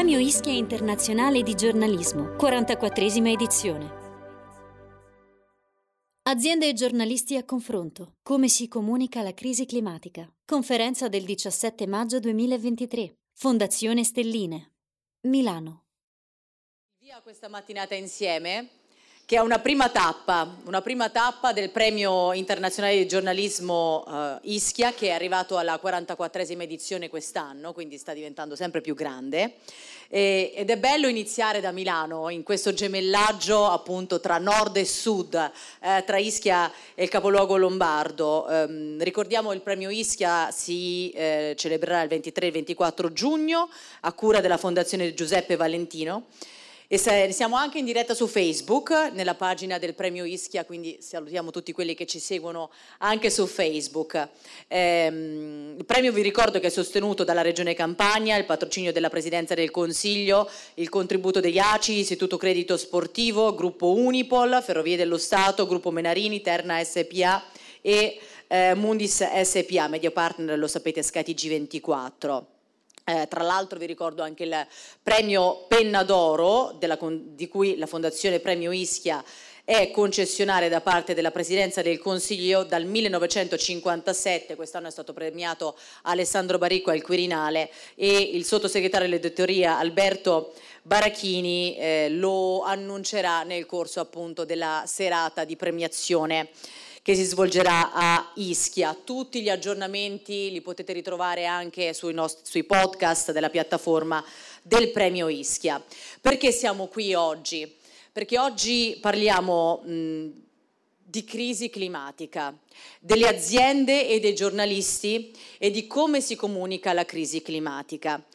Premio Ischia Internazionale di Giornalismo, 44esima edizione. Aziende e giornalisti a confronto. Come si comunica la crisi climatica? Conferenza del 17 maggio 2023. Fondazione Stelline. Milano. Via questa mattinata insieme, che è una prima tappa del Premio Internazionale di Giornalismo Ischia, che è arrivato alla 44esima edizione quest'anno, quindi sta diventando sempre più grande. Ed è bello iniziare da Milano, in questo gemellaggio appunto tra nord e sud, tra Ischia e il capoluogo lombardo. Ricordiamo il Premio Ischia si celebrerà il 23 e il 24 giugno a cura della Fondazione Giuseppe Valentino. E siamo anche in diretta su Facebook, nella pagina del Premio Ischia, quindi salutiamo tutti quelli che ci seguono anche su Facebook. Il premio, vi ricordo, che è sostenuto dalla Regione Campania, il patrocinio della Presidenza del Consiglio, il contributo degli ACI, Istituto Credito Sportivo, Gruppo Unipol, Ferrovie dello Stato, Gruppo Menarini, Terna SPA e Mundis SPA, media partner, lo sapete, SkyTG 24. Tra l'altro vi ricordo anche il premio Penna d'Oro, di cui la Fondazione Premio Ischia è concessionaria da parte della Presidenza del Consiglio dal 1957. Quest'anno è stato premiato Alessandro Baricco al Quirinale e il sottosegretario all'editoria Alberto Barachini lo annuncerà nel corso appunto della serata di premiazione che si svolgerà a Ischia. Tutti gli aggiornamenti li potete ritrovare anche sui podcast della piattaforma del Premio Ischia. Perché siamo qui oggi? Perché oggi parliamo di crisi climatica, delle aziende e dei giornalisti e di come si comunica la crisi climatica.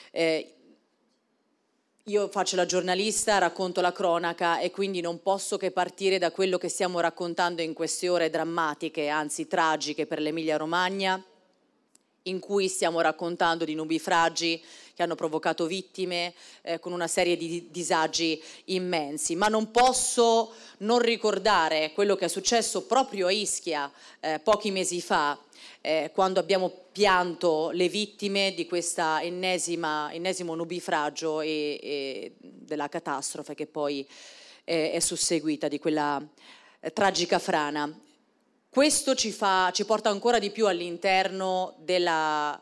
Io faccio la giornalista, racconto la cronaca e quindi non posso che partire da quello che stiamo raccontando in queste ore drammatiche, anzi tragiche per l'Emilia-Romagna, in cui stiamo raccontando di nubifragi che hanno provocato vittime con una serie di disagi immensi. Ma non posso non ricordare quello che è successo proprio a Ischia pochi mesi fa, quando abbiamo pianto le vittime di questa ennesimo nubifragio e della catastrofe che poi è susseguita, di quella tragica frana. Questo ci porta ancora di più all'interno della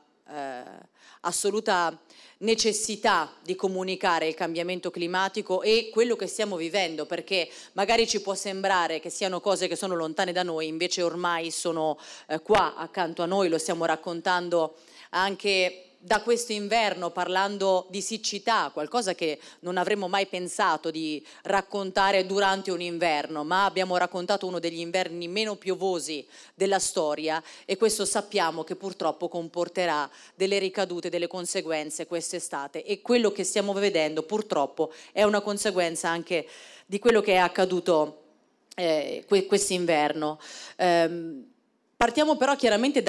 assoluta necessità di comunicare il cambiamento climatico e quello che stiamo vivendo, perché magari ci può sembrare che siano cose che sono lontane da noi, invece ormai sono qua accanto a noi, lo stiamo raccontando anche da questo inverno, parlando di siccità, qualcosa che non avremmo mai pensato di raccontare durante un inverno, ma abbiamo raccontato uno degli inverni meno piovosi della storia e questo sappiamo che purtroppo comporterà delle ricadute, delle conseguenze quest'estate e quello che stiamo vedendo purtroppo è una conseguenza anche di quello che è accaduto quest'inverno. Partiamo però chiaramente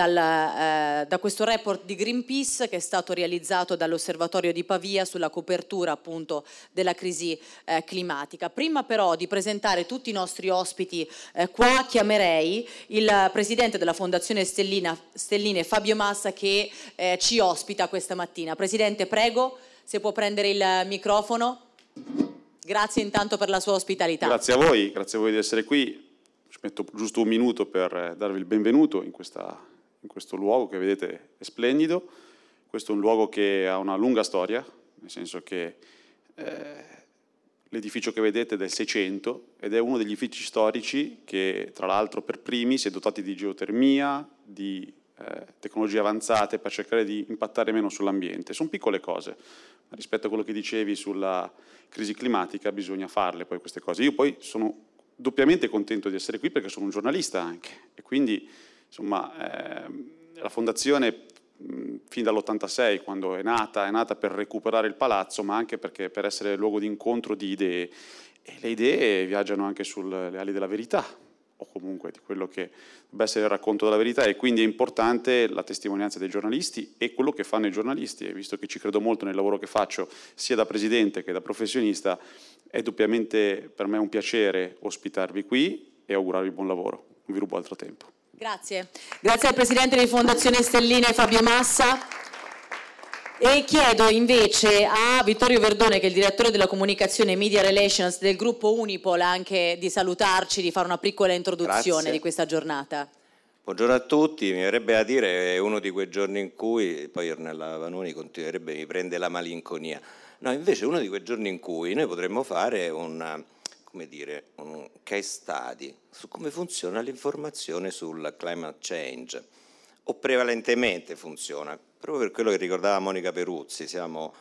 da questo report di Greenpeace che è stato realizzato dall'Osservatorio di Pavia sulla copertura appunto della crisi climatica. Prima però di presentare tutti i nostri ospiti qua, chiamerei il presidente della Fondazione Stelline, Fabio Massa, che ci ospita questa mattina. Presidente, prego, se può prendere il microfono. Grazie intanto per la sua ospitalità. Grazie a voi di essere qui. Ci metto giusto un minuto per darvi il benvenuto in questo luogo che vedete è splendido. Questo è un luogo che ha una lunga storia, nel senso che l'edificio che vedete è del 600 ed è uno degli edifici storici che tra l'altro per primi si è dotati di geotermia, di tecnologie avanzate per cercare di impattare meno sull'ambiente. Sono piccole cose, ma rispetto a quello che dicevi sulla crisi climatica bisogna farle poi queste cose. Io poi sono doppiamente contento di essere qui perché sono un giornalista anche e quindi insomma la fondazione fin dall'86 quando è nata per recuperare il palazzo, ma anche perché per essere luogo di incontro di idee, e le idee viaggiano anche sulle ali della verità o comunque di quello che deve essere il racconto della verità, e quindi è importante la testimonianza dei giornalisti e quello che fanno i giornalisti, e visto che ci credo molto nel lavoro che faccio sia da presidente che da professionista, è doppiamente per me un piacere ospitarvi qui e augurarvi buon lavoro. Non vi rubo altro tempo. Grazie al presidente di Fondazione Stelline Fabio Massa. E chiedo invece a Vittorio Verdone, che è il direttore della comunicazione e media relations del gruppo Unipol, anche di salutarci, di fare una piccola introduzione. Grazie. Di questa giornata. Buongiorno a tutti, mi verrebbe a dire è uno di quei giorni in cui, poi Ornella Vanoni continuerebbe, mi prende la malinconia. No, invece è uno di quei giorni in cui noi potremmo fare un case study su come funziona l'informazione sul climate change, o prevalentemente funziona, proprio per quello che ricordava Monica Peruzzi. Siamo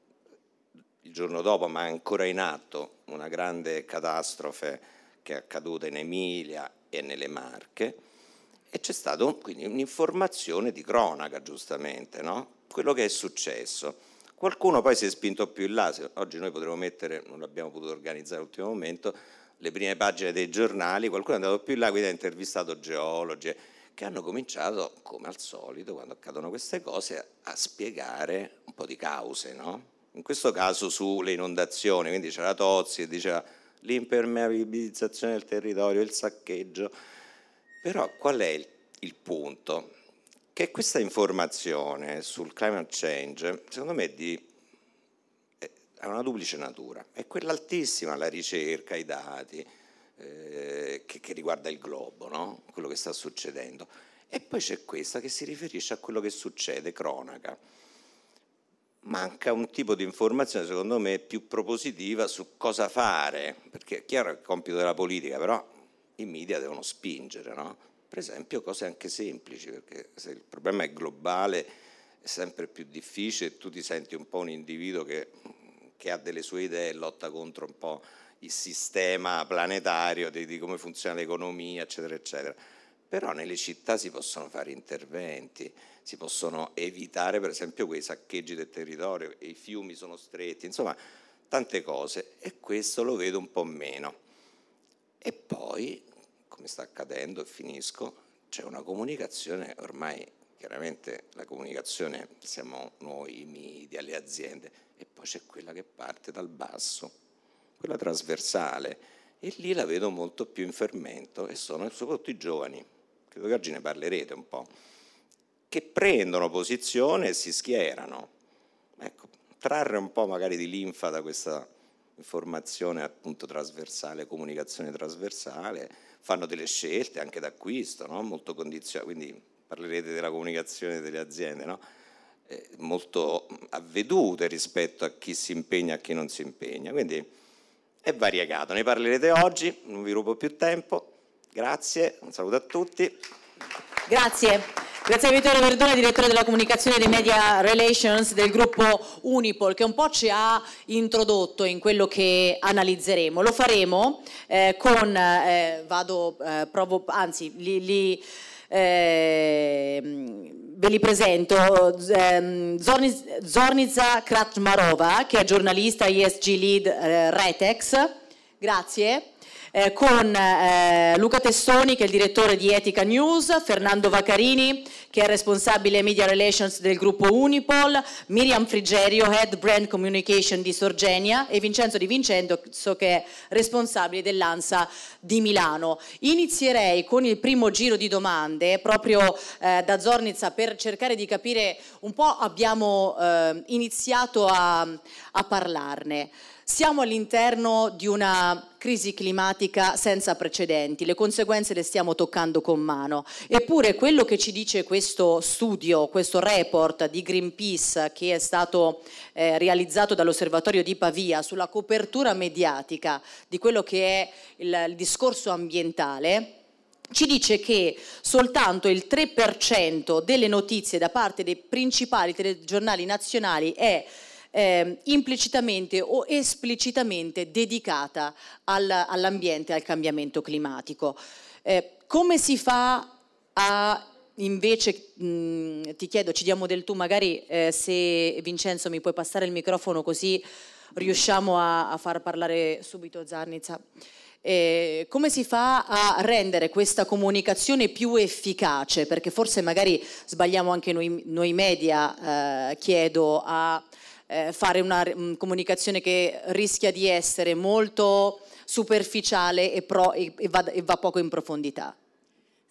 il giorno dopo, ma è ancora in atto, una grande catastrofe che è accaduta in Emilia e nelle Marche, e c'è stata quindi un'informazione di cronaca, giustamente, no? Quello che è successo. Qualcuno poi si è spinto più in là. Oggi noi potremmo mettere, non l'abbiamo potuto organizzare all'ultimo momento, le prime pagine dei giornali. Qualcuno è andato più in là, quindi ha intervistato geologi che hanno cominciato, come al solito, quando accadono queste cose, a spiegare un po' di cause, no? In questo caso sulle inondazioni, quindi c'era Tozzi che diceva l'impermeabilizzazione del territorio, il saccheggio. Però qual è il punto? Che questa informazione sul climate change, secondo me, ha una duplice natura. È quella altissima, la ricerca, i dati, che riguarda il globo, no? Quello che sta succedendo. E poi c'è questa che si riferisce a quello che succede, cronaca. Manca un tipo di informazione, secondo me, più propositiva su cosa fare, perché è chiaro che è il compito della politica, però i media devono spingere, no? Per esempio cose anche semplici, perché se il problema è globale è sempre più difficile, tu ti senti un po' un individuo che ha delle sue idee e lotta contro un po' il sistema planetario di come funziona l'economia, eccetera, eccetera. Però nelle città si possono fare interventi, si possono evitare per esempio quei saccheggi del territorio, i fiumi sono stretti, insomma tante cose, e questo lo vedo un po' meno. E poi, come sta accadendo, e finisco, c'è una comunicazione, ormai chiaramente la comunicazione siamo noi, i media, le aziende, e poi c'è quella che parte dal basso, quella trasversale, e lì la vedo molto più in fermento, e sono soprattutto i giovani, credo che oggi ne parlerete un po', che prendono posizione e si schierano. Ecco, trarre un po' magari di linfa da questa informazione appunto trasversale, comunicazione trasversale, fanno delle scelte anche d'acquisto, no? Molto condizionate, quindi parlerete della comunicazione delle aziende, no? Molto avvedute rispetto a chi si impegna e a chi non si impegna, quindi è variegato. Ne parlerete oggi, non vi rubo più tempo, grazie, un saluto a tutti. Grazie. Grazie a Vittorio Verdone, direttore della comunicazione e dei media relations del gruppo Unipol, che un po' ci ha introdotto in quello che analizzeremo. Lo faremo con, ve li presento, Zorniza Kratmarova, che è giornalista ESG Lead Retex, grazie. Con Luca Testoni, che è il direttore di Etica News, Fernando Vaccarini, che è responsabile media relations del gruppo Unipol, Miriam Frigerio, head brand communication di Sorgenia, e Vincenzo Di Vincenzo, che è responsabile dell'ANSA di Milano. Inizierei con il primo giro di domande proprio da Zorniza, per cercare di capire un po', abbiamo iniziato a parlarne. Siamo all'interno di una crisi climatica senza precedenti, le conseguenze le stiamo toccando con mano, eppure quello che ci dice questo studio, questo report di Greenpeace, che è stato realizzato dall'osservatorio di Pavia sulla copertura mediatica di quello che è il discorso ambientale, ci dice che soltanto il 3% delle notizie da parte dei principali telegiornali nazionali è implicitamente o esplicitamente dedicata all'ambiente e al cambiamento climatico. Come si fa a invece, ti chiedo, ci diamo del tu, magari se Vincenzo mi puoi passare il microfono così riusciamo a far parlare subito Zorniza. Come si fa a rendere questa comunicazione più efficace? Perché forse magari sbagliamo anche noi media, chiedo, a fare una comunicazione che rischia di essere molto superficiale e va poco in profondità.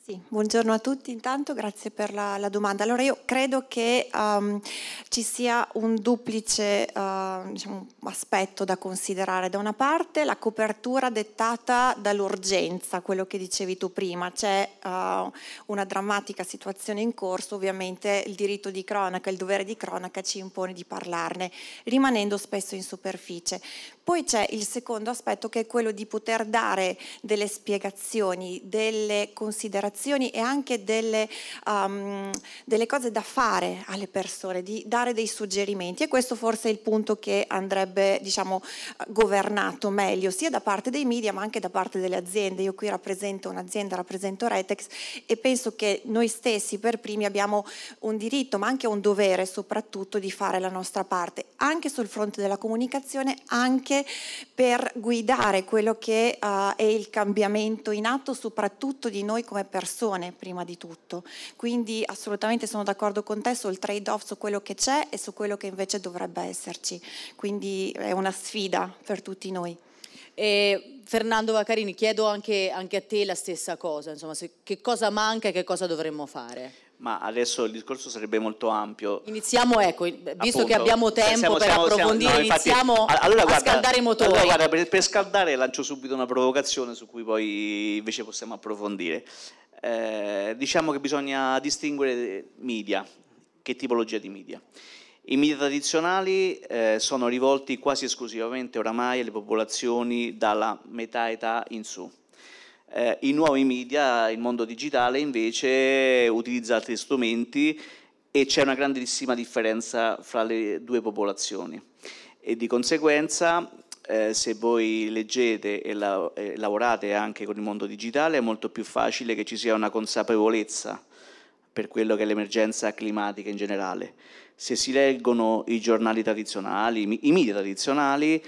Sì, buongiorno a tutti, intanto grazie per la domanda. Allora io credo che ci sia un duplice aspetto da considerare. Da una parte la copertura dettata dall'urgenza, quello che dicevi tu prima, c'è una drammatica situazione in corso, ovviamente il diritto di cronaca, il dovere di cronaca ci impone di parlarne, rimanendo spesso in superficie. Poi c'è il secondo aspetto, che è quello di poter dare delle spiegazioni, delle considerazioni e anche delle cose da fare alle persone, di dare dei suggerimenti, e questo forse è il punto che andrebbe governato meglio sia da parte dei media ma anche da parte delle aziende. Io qui rappresento un'azienda, rappresento Retex, e penso che noi stessi per primi abbiamo un diritto ma anche un dovere soprattutto di fare la nostra parte, anche sul fronte della comunicazione, anche per guidare quello che è il cambiamento in atto, soprattutto di noi come persone prima di tutto. Quindi assolutamente sono d'accordo con te sul trade-off, su quello che c'è e su quello che invece dovrebbe esserci, quindi è una sfida per tutti noi. Fernando Vaccarini, chiedo anche a te la stessa cosa, insomma, che cosa manca e che cosa dovremmo fare? Ma adesso il discorso sarebbe molto ampio. Iniziamo, ecco, visto Appunto, che abbiamo tempo per approfondire, no, infatti, iniziamo a scaldare i motori. Allora guarda, per scaldare lancio subito una provocazione su cui poi invece possiamo approfondire. Diciamo che bisogna distinguere media. Che tipologia di media? I media tradizionali sono rivolti quasi esclusivamente oramai alle popolazioni dalla metà età in su. I nuovi media, il mondo digitale invece utilizza altri strumenti e c'è una grandissima differenza fra le due popolazioni, e di conseguenza se voi leggete e lavorate anche con il mondo digitale è molto più facile che ci sia una consapevolezza per quello che è l'emergenza climatica in generale. Se si leggono i giornali tradizionali, i media tradizionali,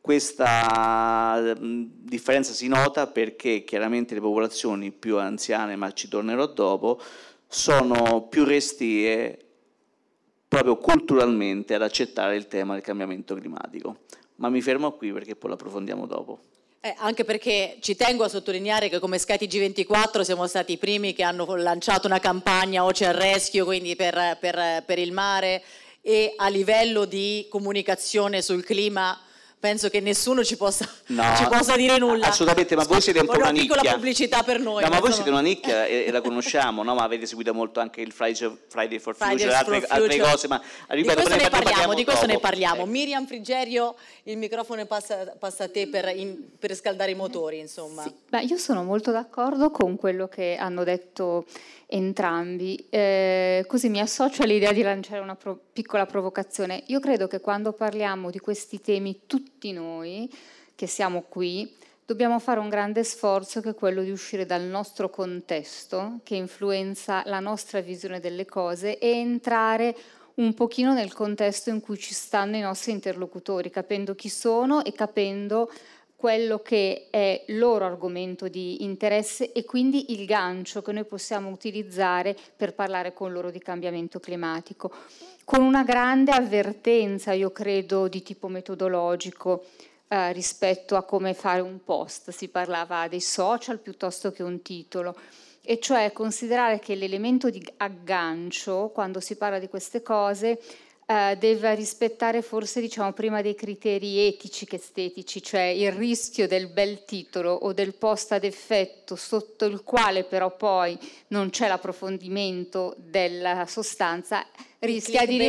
questa differenza si nota perché chiaramente le popolazioni più anziane, ma ci tornerò dopo, sono più restie proprio culturalmente ad accettare il tema del cambiamento climatico. Ma mi fermo qui perché poi lo approfondiamo dopo. Anche perché ci tengo a sottolineare che come SkyTG24 siamo stati i primi che hanno lanciato una campagna Ocean Rescue, quindi per il mare, e a livello di comunicazione sul clima penso che nessuno ci possa dire nulla. Assolutamente, ma voi siete un po' una nicchia. Una piccola pubblicità per noi. No, ma voi siete una nicchia e la conosciamo, no? Ma avete seguito molto anche il Friday for Future, altre cose, ma ripeto, di questo ne parliamo. Miriam Frigerio, il microfono passa a te per scaldare i motori, insomma. Sì, io sono molto d'accordo con quello che hanno detto entrambi, così mi associo all'idea di lanciare una piccola provocazione. Io credo che quando parliamo di questi temi, tutti noi che siamo qui dobbiamo fare un grande sforzo, che è quello di uscire dal nostro contesto che influenza la nostra visione delle cose e entrare un pochino nel contesto in cui ci stanno i nostri interlocutori, capendo chi sono e capendo quello che è il loro argomento di interesse e quindi il gancio che noi possiamo utilizzare per parlare con loro di cambiamento climatico, con una grande avvertenza, io credo, di tipo metodologico rispetto a come fare un post. Si parlava dei social piuttosto che un titolo, e cioè considerare che l'elemento di aggancio, quando si parla di queste cose, deve rispettare forse, diciamo, prima dei criteri etici che estetici, cioè il rischio del bel titolo o del post ad effetto sotto il quale però poi non c'è l'approfondimento della sostanza, rischia di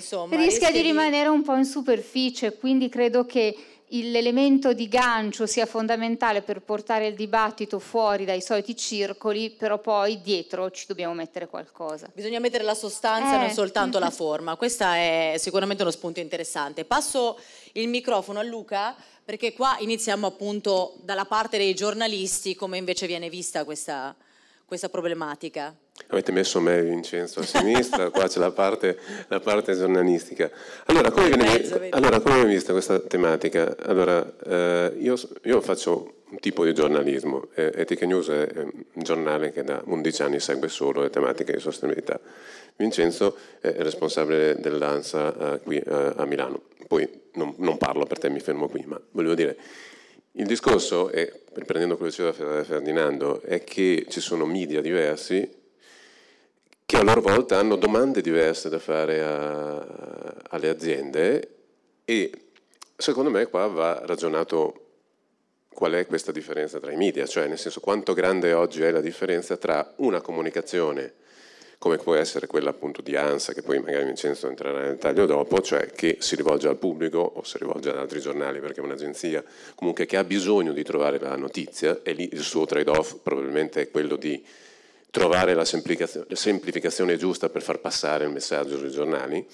rimanere un po' in superficie. Quindi credo che l'elemento di gancio sia fondamentale per portare il dibattito fuori dai soliti circoli, però poi dietro ci dobbiamo mettere qualcosa. Bisogna mettere la sostanza, non soltanto la forma. Questo è sicuramente uno spunto interessante. Passo il microfono a Luca, perché qua iniziamo appunto dalla parte dei giornalisti, come invece viene vista questa problematica. Avete messo me, Vincenzo, a sinistra, qua c'è la parte giornalistica. Allora, come viene vista questa tematica? Allora, io faccio un tipo di giornalismo. Etica News è un giornale che da 11 anni segue solo le tematiche di sostenibilità. Vincenzo è responsabile dell'ANSA qui a Milano. Poi non parlo per te, mi fermo qui, ma volevo dire, Il discorso, riprendendo quello che diceva Ferdinando, è che ci sono media diversi che a loro volta hanno domande diverse da fare alle aziende, e secondo me qua va ragionato qual è questa differenza tra i media, cioè nel senso quanto grande oggi è la differenza tra una comunicazione come può essere quella appunto di ANSA, che poi magari Vincenzo entrerà nel dettaglio dopo, cioè che si rivolge al pubblico o si rivolge ad altri giornali perché è un'agenzia comunque che ha bisogno di trovare la notizia, e lì il suo trade-off probabilmente è quello di trovare la semplificazione giusta per far passare il messaggio sui giornali,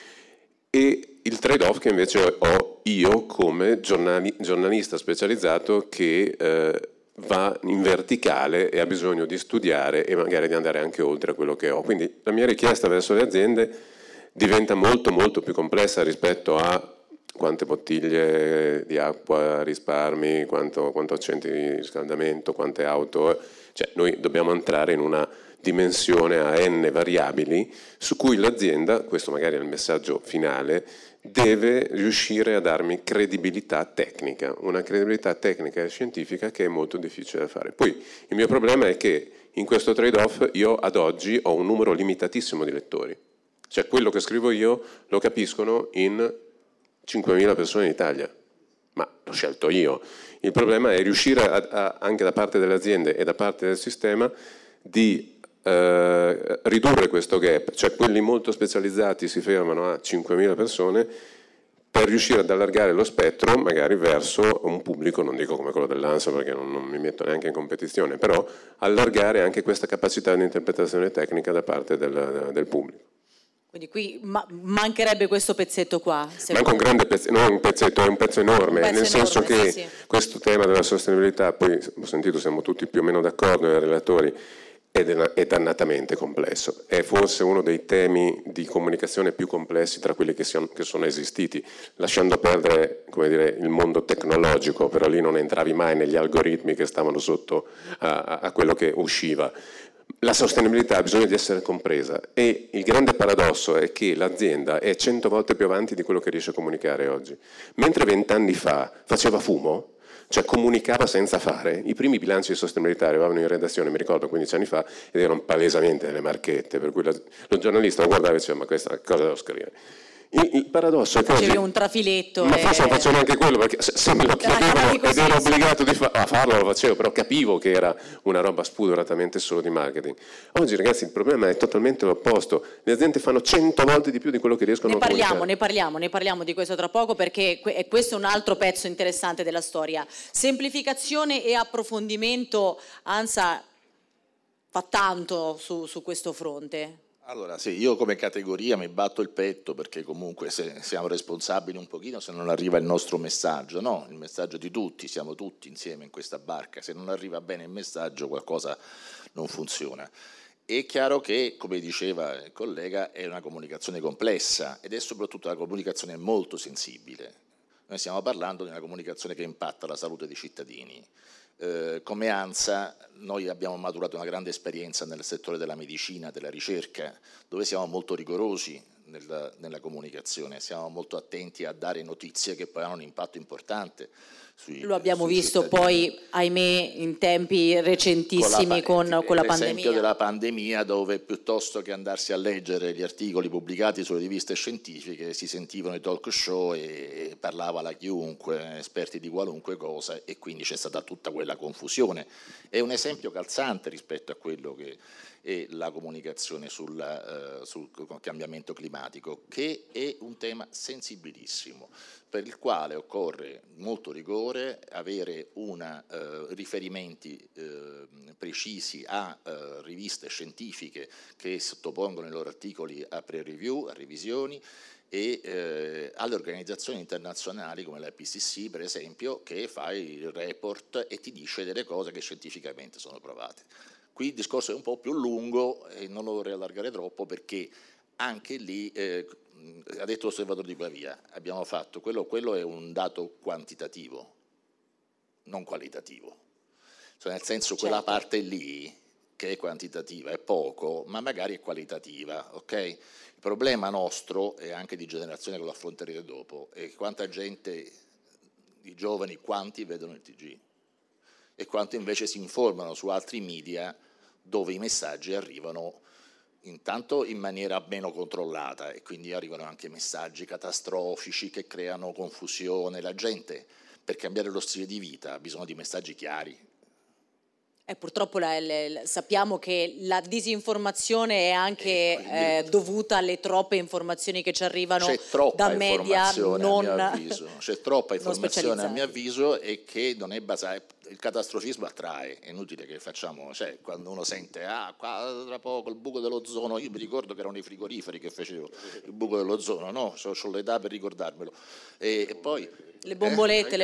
e il trade-off che invece ho io come giornalista specializzato che va in verticale e ha bisogno di studiare e magari di andare anche oltre a quello che ho. Quindi la mia richiesta verso le aziende diventa molto molto più complessa rispetto a quante bottiglie di acqua risparmi, quanto accenti di riscaldamento, quante auto. Cioè noi dobbiamo entrare in una dimensione a n variabili su cui l'azienda, questo magari è il messaggio finale, deve riuscire a darmi credibilità tecnica, una credibilità tecnica e scientifica che è molto difficile da fare. Poi il mio problema è che in questo trade-off io ad oggi ho un numero limitatissimo di lettori, cioè quello che scrivo io lo capiscono in 5.000 persone in Italia, ma l'ho scelto io. Il problema è riuscire anche da parte delle aziende e da parte del sistema di ridurre questo gap, cioè quelli molto specializzati si fermano a 5.000 persone per riuscire ad allargare lo spettro magari verso un pubblico, non dico come quello dell'ANSA perché non mi metto neanche in competizione, però allargare anche questa capacità di interpretazione tecnica da parte del pubblico. Quindi qui mancherebbe questo pezzetto qua. Manca un grande pezzetto, non un pezzetto, è un pezzo enorme, nel senso che sì. Questo tema della sostenibilità, poi ho sentito siamo tutti più o meno d'accordo, i relatori, è dannatamente complesso, è forse uno dei temi di comunicazione più complessi tra quelli che sono esistiti, lasciando perdere, come dire, il mondo tecnologico, però lì non entravi mai negli algoritmi che stavano sotto a quello che usciva. La sostenibilità ha bisogno di essere compresa, e il grande paradosso è che l'azienda è 100 volte più avanti di quello che riesce a comunicare oggi. Mentre 20 anni fa faceva fumo, cioè comunicava senza fare, i primi bilanci di sostenibilità arrivavano in redazione, mi ricordo 15 anni fa, ed erano palesamente delle marchette, per cui lo giornalista lo guardava e diceva ma questa cosa devo scrivere. Il paradosso è che facevi un trafiletto, ma forse non facevo neanche quello, perché se me lo chiedevano ed ero obbligato a farlo, lo facevo, però capivo che era una roba spudoratamente solo di marketing. Oggi ragazzi il problema è totalmente l'opposto, le aziende fanno 100 volte di più di quello che riescono a comunicare. Ne parliamo di questo tra poco, perché questo è un altro pezzo interessante della storia. Semplificazione e approfondimento, ANSA fa tanto su questo fronte. Allora sì, io come categoria mi batto il petto perché comunque siamo responsabili un pochino se non arriva il nostro messaggio, no? Il messaggio di tutti, siamo tutti insieme in questa barca, se non arriva bene il messaggio qualcosa non funziona. È chiaro che, come diceva il collega, è una comunicazione complessa ed è soprattutto una comunicazione molto sensibile. Noi stiamo parlando di una comunicazione che impatta la salute dei cittadini. Come ANSA noi abbiamo maturato una grande esperienza nel settore della medicina, della ricerca, dove siamo molto rigorosi nella comunicazione, siamo molto attenti a dare notizie che poi hanno un impatto importante. Lo abbiamo visto cittadini. Poi, ahimè, in tempi recentissimi con la pandemia. L'esempio della pandemia, dove piuttosto che andarsi a leggere gli articoli pubblicati sulle riviste scientifiche si sentivano i talk show e parlava la chiunque, esperti di qualunque cosa, e quindi c'è stata tutta quella confusione. È un esempio calzante rispetto a quello che è la comunicazione sul cambiamento climatico, che è un tema sensibilissimo, per il quale occorre molto rigore, avere riferimenti precisi a riviste scientifiche che sottopongono i loro articoli a pre-review, a revisioni, e alle organizzazioni internazionali come la IPCC, per esempio, che fa il report e ti dice delle cose che scientificamente sono provate. Qui il discorso è un po' più lungo e non lo vorrei allargare troppo, perché anche lì, ha detto l'osservatore di Pavia, abbiamo fatto, quello è un dato quantitativo, non qualitativo. Cioè nel senso, quella parte lì, che è quantitativa, è poco, ma magari è qualitativa, ok? Il problema nostro, e anche di generazione che lo affronterete dopo, è quanta gente i giovani quanti vedono il TG e quanti invece si informano su altri media dove i messaggi arrivano intanto in maniera meno controllata e quindi arrivano anche messaggi catastrofici che creano confusione. La gente, per cambiare lo stile di vita, ha bisogno di messaggi chiari. Purtroppo sappiamo che la disinformazione è anche dovuta alle troppe informazioni che ci arrivano da media c'è troppa informazione a mio avviso e che non è basata. Il catastrofismo attrae, è inutile che facciamo, cioè quando uno sente qua tra poco il buco dell'ozono, io mi ricordo che erano i frigoriferi che fecero il buco dell'ozono, no? C'ho l'età per ricordarmelo. E poi le bombolette,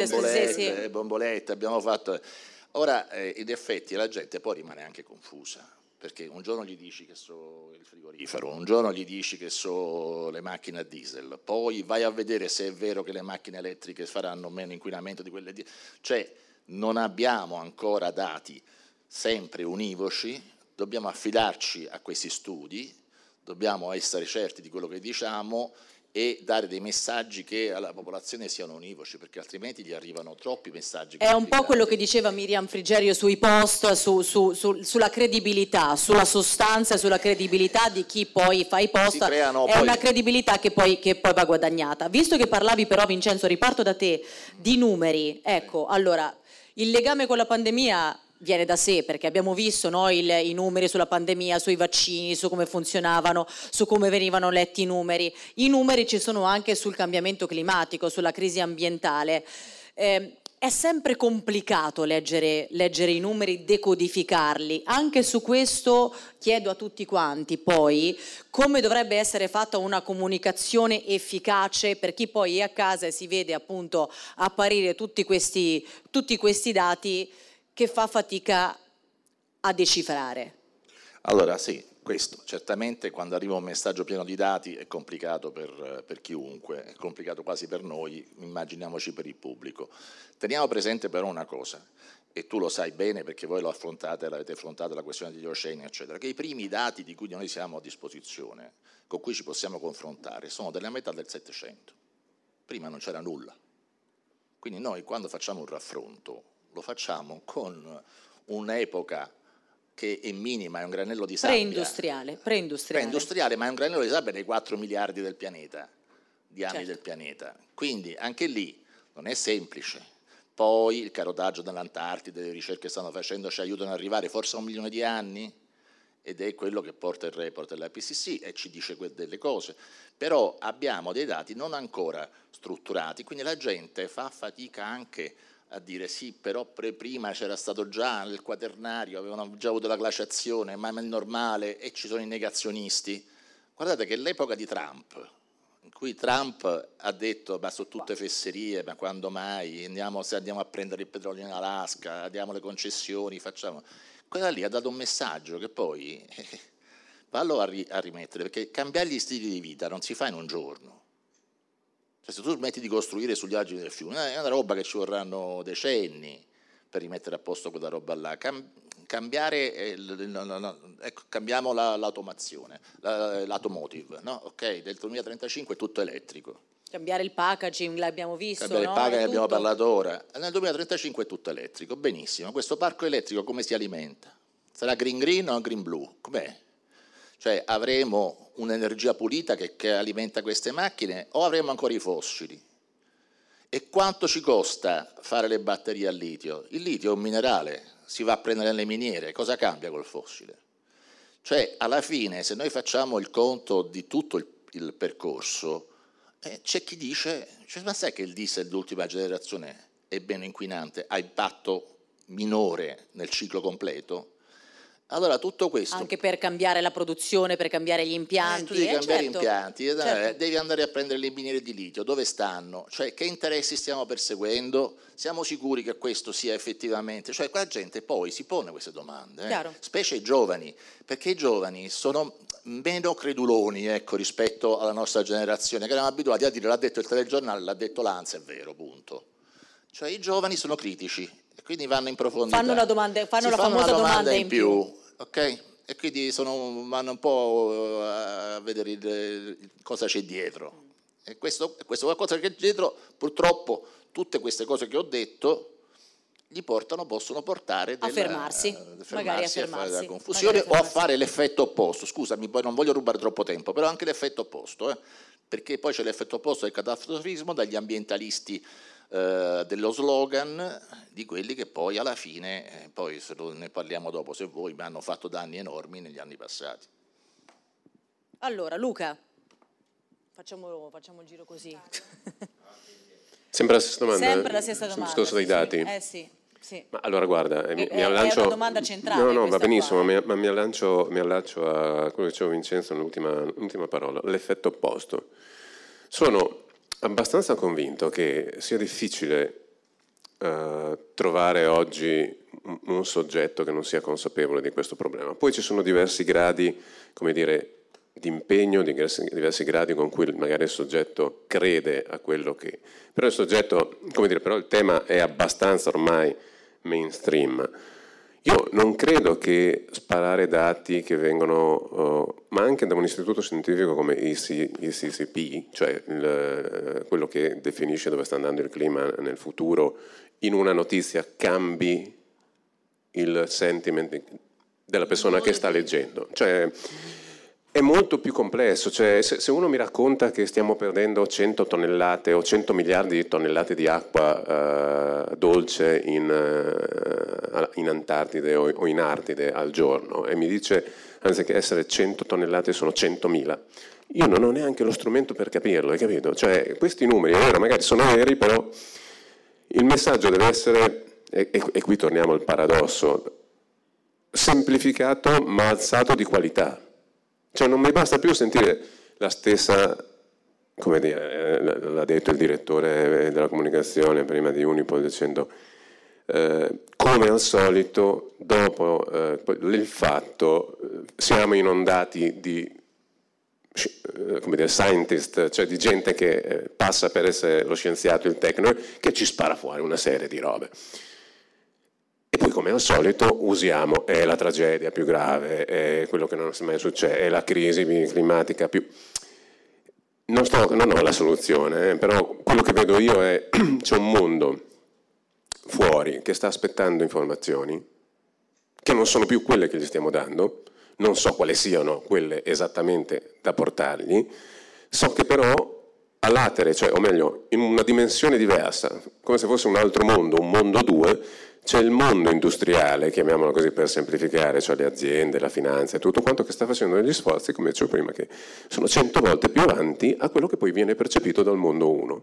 le bombolette abbiamo fatto. Ora, in effetti la gente poi rimane anche confusa, perché un giorno gli dici che so il frigorifero, un giorno gli dici che so le macchine a diesel, poi vai a vedere se è vero che le macchine elettriche faranno meno inquinamento di quelle cioè non abbiamo ancora dati sempre univoci, dobbiamo affidarci a questi studi, dobbiamo essere certi di quello che diciamo e dare dei messaggi che alla popolazione siano univoci, perché altrimenti gli arrivano troppi messaggi. È un po' quello che diceva Miriam Frigerio sui post, sulla credibilità, sulla sostanza e sulla credibilità di chi poi fa i post. È una credibilità che poi va guadagnata. Visto che parlavi però, Vincenzo, riparto da te, di numeri, ecco, allora, il legame con la pandemia viene da sé, perché abbiamo visto i numeri sulla pandemia, sui vaccini, su come funzionavano, su come venivano letti i numeri. I numeri ci sono anche sul cambiamento climatico, sulla crisi ambientale. È sempre complicato leggere i numeri, decodificarli. Anche su questo chiedo a tutti quanti poi come dovrebbe essere fatta una comunicazione efficace per chi poi è a casa e si vede appunto apparire tutti questi dati che fa fatica a decifrare. Allora sì, questo certamente quando arriva un messaggio pieno di dati è complicato per chiunque, è complicato quasi per noi, immaginiamoci per il pubblico. Teniamo presente però una cosa, e tu lo sai bene perché voi l'avete affrontata la questione degli oceani eccetera, che i primi dati di cui noi siamo a disposizione, con cui ci possiamo confrontare, sono della metà del Settecento. Prima non c'era nulla. Quindi noi quando facciamo un raffronto lo facciamo con un'epoca che è minima, è un granello di sabbia. Preindustriale, ma è un granello di sabbia dei 4 miliardi del pianeta, di anni del pianeta. Quindi anche lì non è semplice. Poi il carotaggio dell'Antartide, le ricerche che stanno facendo ci aiutano ad arrivare forse a 1 milione di anni, ed è quello che porta il report dell'IPCC e ci dice delle cose. Però abbiamo dei dati non ancora strutturati, quindi la gente fa fatica anche a dire sì, però prima c'era stato già nel quaternario, avevano già avuto la glaciazione, ma è normale, e ci sono i negazionisti. Guardate che l'epoca di Trump, in cui Trump ha detto ma sono tutte fesserie, ma quando mai, andiamo a prendere il petrolio in Alaska, diamo le concessioni, facciamo... Quella lì ha dato un messaggio che poi vallo a rimettere, perché cambiare gli stili di vita non si fa in un giorno. Cioè, se tu smetti di costruire sugli argini del fiume, è una roba che ci vorranno decenni per rimettere a posto quella roba là. Cambiamo l'automazione, l'automotive, no? Ok, del 2035 è tutto elettrico. Cambiare il packaging, l'abbiamo visto, cambiare no? Il packaging, abbiamo parlato ora. Nel 2035 è tutto elettrico, benissimo. Questo parco elettrico come si alimenta? Sarà green o green blue? Com'è? Cioè avremo un'energia pulita che alimenta queste macchine o avremo ancora i fossili? E quanto ci costa fare le batterie al litio? Il litio è un minerale, si va a prendere nelle miniere, cosa cambia col fossile? Cioè alla fine se noi facciamo il conto di tutto il percorso, c'è chi dice, ma sai che il diesel d'ultima generazione è meno inquinante, ha impatto minore nel ciclo completo? Allora tutto questo... Anche per cambiare la produzione, per cambiare gli impianti. Tu devi cambiare gli impianti, devi andare a prendere le miniere di litio, dove stanno? Cioè che interessi stiamo perseguendo? Siamo sicuri che questo sia effettivamente... Cioè la gente poi si pone queste domande, specie i giovani, perché i giovani sono meno creduloni rispetto alla nostra generazione, che eravamo abituati a dire l'ha detto il telegiornale, l'ha detto l'ANSA, è vero, punto. Cioè i giovani sono critici e quindi vanno in profondità. Fanno la famosa domanda in più. Ok? E quindi vanno un po' a vedere cosa c'è dietro. E questo è qualcosa che dietro, purtroppo, tutte queste cose che ho detto possono portare a fermarsi, magari a fare della confusione o a fare l'effetto opposto. Scusami, poi non voglio rubare troppo tempo, però anche l'effetto opposto, perché poi c'è l'effetto opposto del catastrofismo dagli ambientalisti dello slogan, di quelli che poi alla fine, poi ne parliamo dopo se vuoi, ma hanno fatto danni enormi negli anni passati. Allora, Luca, facciamo il giro così. Sempre la stessa domanda? Sempre la stessa domanda. Sul discorso dei dati? Sì. Ma allora guarda, mi allancio... È una domanda centrale. No, va benissimo, ma mi allaccio a quello che diceva Vincenzo nell'ultima parola, l'effetto opposto. Sono abbastanza convinto che sia difficile trovare oggi un soggetto che non sia consapevole di questo problema. Poi ci sono diversi gradi, come dire, di impegno, diversi gradi con cui magari il soggetto crede a quello che... Però il soggetto, come dire, però il tema è abbastanza ormai mainstream. Io non credo che sparare dati che vengono, ma anche da un istituto scientifico come ICCP, cioè quello che definisce dove sta andando il clima nel futuro, in una notizia cambi il sentiment della persona che sta leggendo. Cioè, è molto più complesso, cioè, se uno mi racconta che stiamo perdendo 100 tonnellate o 100 miliardi di tonnellate di acqua dolce in Antartide o in Artide al giorno e mi dice anziché essere 100 tonnellate sono 100.000, io non ho neanche lo strumento per capirlo, hai capito? Cioè, questi numeri, è vero, magari sono veri, però il messaggio deve essere, e qui torniamo al paradosso, semplificato ma alzato di qualità. Cioè non mi basta più sentire la stessa, come dire, l'ha detto il direttore della comunicazione prima di Unipol dicendo come al solito dopo il fatto siamo inondati di come dire, scientist, cioè di gente che passa per essere lo scienziato, il tecnico, che ci spara fuori una serie di robe. E poi come al solito usiamo, è la tragedia più grave, è quello che non è mai successo, è la crisi climatica più... Non ho la soluzione, però quello che vedo io è c'è un mondo fuori che sta aspettando informazioni che non sono più quelle che gli stiamo dando, non so quali siano quelle esattamente da portargli, so che però all'atere, cioè, o meglio, in una dimensione diversa, come se fosse un altro mondo, un mondo 2, c'è il mondo industriale, chiamiamolo così per semplificare, cioè le aziende, la finanza e tutto quanto che sta facendo degli sforzi, come dicevo prima, che sono 100 volte più avanti a quello che poi viene percepito dal mondo 1.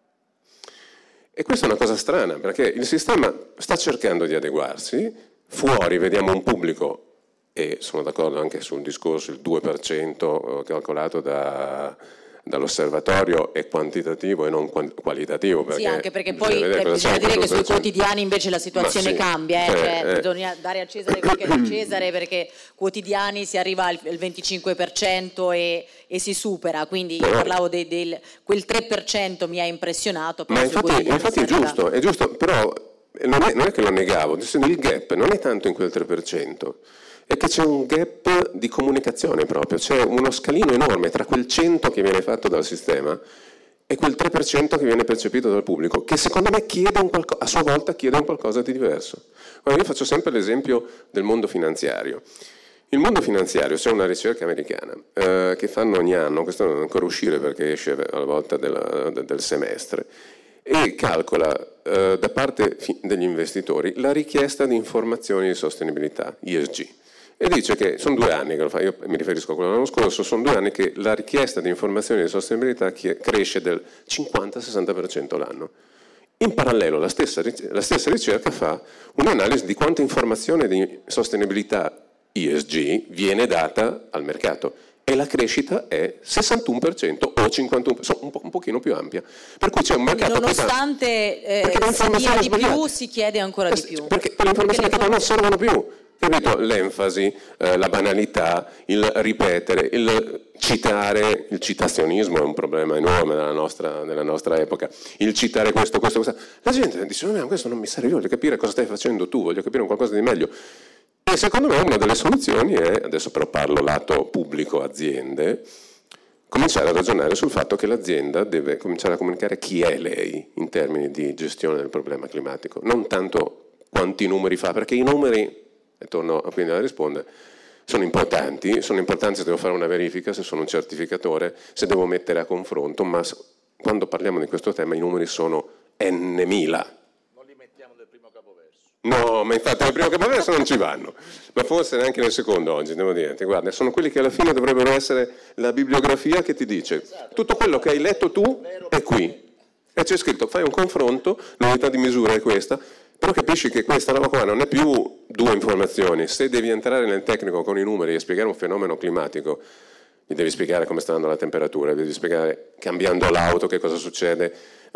E questa è una cosa strana, perché il sistema sta cercando di adeguarsi, fuori vediamo un pubblico, e sono d'accordo anche sul discorso, il 2% calcolato dall'osservatorio è quantitativo e non qualitativo. Perché sì, anche perché poi bisogna dire che sui quotidiani invece la situazione cambia, cioè, bisogna dare a Cesare quel che è di Cesare, perché quotidiani si arriva al 25% e si supera, quindi io parlavo quel 3% mi ha impressionato. Ma infatti è giusto, però non è che lo negavo, il gap non è tanto in quel 3%. È che c'è un gap di comunicazione proprio, c'è uno scalino enorme tra quel 100 che viene fatto dal sistema e quel 3% che viene percepito dal pubblico, che secondo me a sua volta chiede un qualcosa di diverso. Guarda, io faccio sempre l'esempio del mondo finanziario. Il mondo finanziario, c'è una ricerca americana che fanno ogni anno, questo non deve ancora uscire perché esce alla volta del semestre, e calcola da parte degli investitori la richiesta di informazioni di sostenibilità, ESG. E dice che sono 2 anni che lo fa, io mi riferisco a quello dell'anno scorso, sono 2 anni che la richiesta di informazioni di sostenibilità cresce del 50-60% l'anno. In parallelo la stessa ricerca fa un'analisi di quanta informazione di sostenibilità ESG viene data al mercato e la crescita è 61% o 51%, un pochino più ampia. Per cui c'è un mercato nonostante si dia di più, si chiede ancora di più. Perché le informazioni che non servono più. Capito? L'enfasi, la banalità, il ripetere, il citare, il citazionismo è un problema enorme nella nostra epoca, il citare questo. La gente dice, ma questo non mi serve, io voglio capire cosa stai facendo tu, voglio capire qualcosa di meglio. E secondo me una delle soluzioni è, adesso però parlo lato pubblico aziende, cominciare a ragionare sul fatto che l'azienda deve cominciare a comunicare chi è lei in termini di gestione del problema climatico, non tanto quanti numeri fa, perché i numeri, e torno quindi a rispondere, sono importanti se devo fare una verifica, se sono un certificatore, se devo mettere a confronto, ma quando parliamo di questo tema i numeri sono n mila. Non li mettiamo nel primo capoverso. No, ma infatti nel primo capoverso non ci vanno, ma forse neanche nel secondo oggi, devo dirti. Guarda, sono quelli che alla fine dovrebbero essere la bibliografia che ti dice tutto quello che hai letto tu è qui. E c'è scritto, fai un confronto, l'unità di misura è questa, però capisci che questa roba qua non è più due informazioni. Se devi entrare nel tecnico con i numeri e spiegare un fenomeno climatico, gli devi spiegare come sta andando la temperatura, devi spiegare cambiando l'auto che cosa succede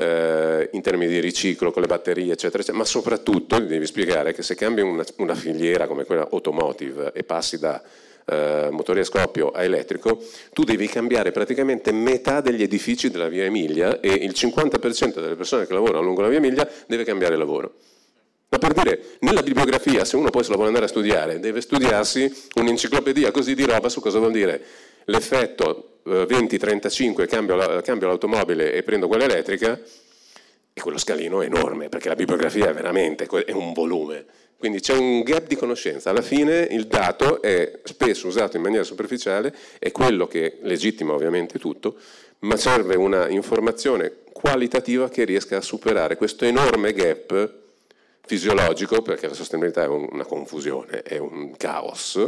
in termini di riciclo con le batterie, eccetera, eccetera. Ma soprattutto gli devi spiegare che se cambi una filiera come quella automotive e passi da motore a scoppio a elettrico, tu devi cambiare praticamente metà degli edifici della via Emilia e il 50% delle persone che lavorano lungo la via Emilia deve cambiare lavoro. Ma per dire, nella bibliografia, se uno poi se la vuole andare a studiare, deve studiarsi un'enciclopedia così di roba su cosa vuol dire l'effetto 20-35, cambio l'automobile e prendo quella elettrica, e quello scalino è enorme, perché la bibliografia è veramente, è un volume. Quindi c'è un gap di conoscenza. Alla fine il dato è spesso usato in maniera superficiale, è quello che legittima ovviamente tutto, ma serve una informazione qualitativa che riesca a superare questo enorme gap fisiologico, perché la sostenibilità è una confusione, è un caos,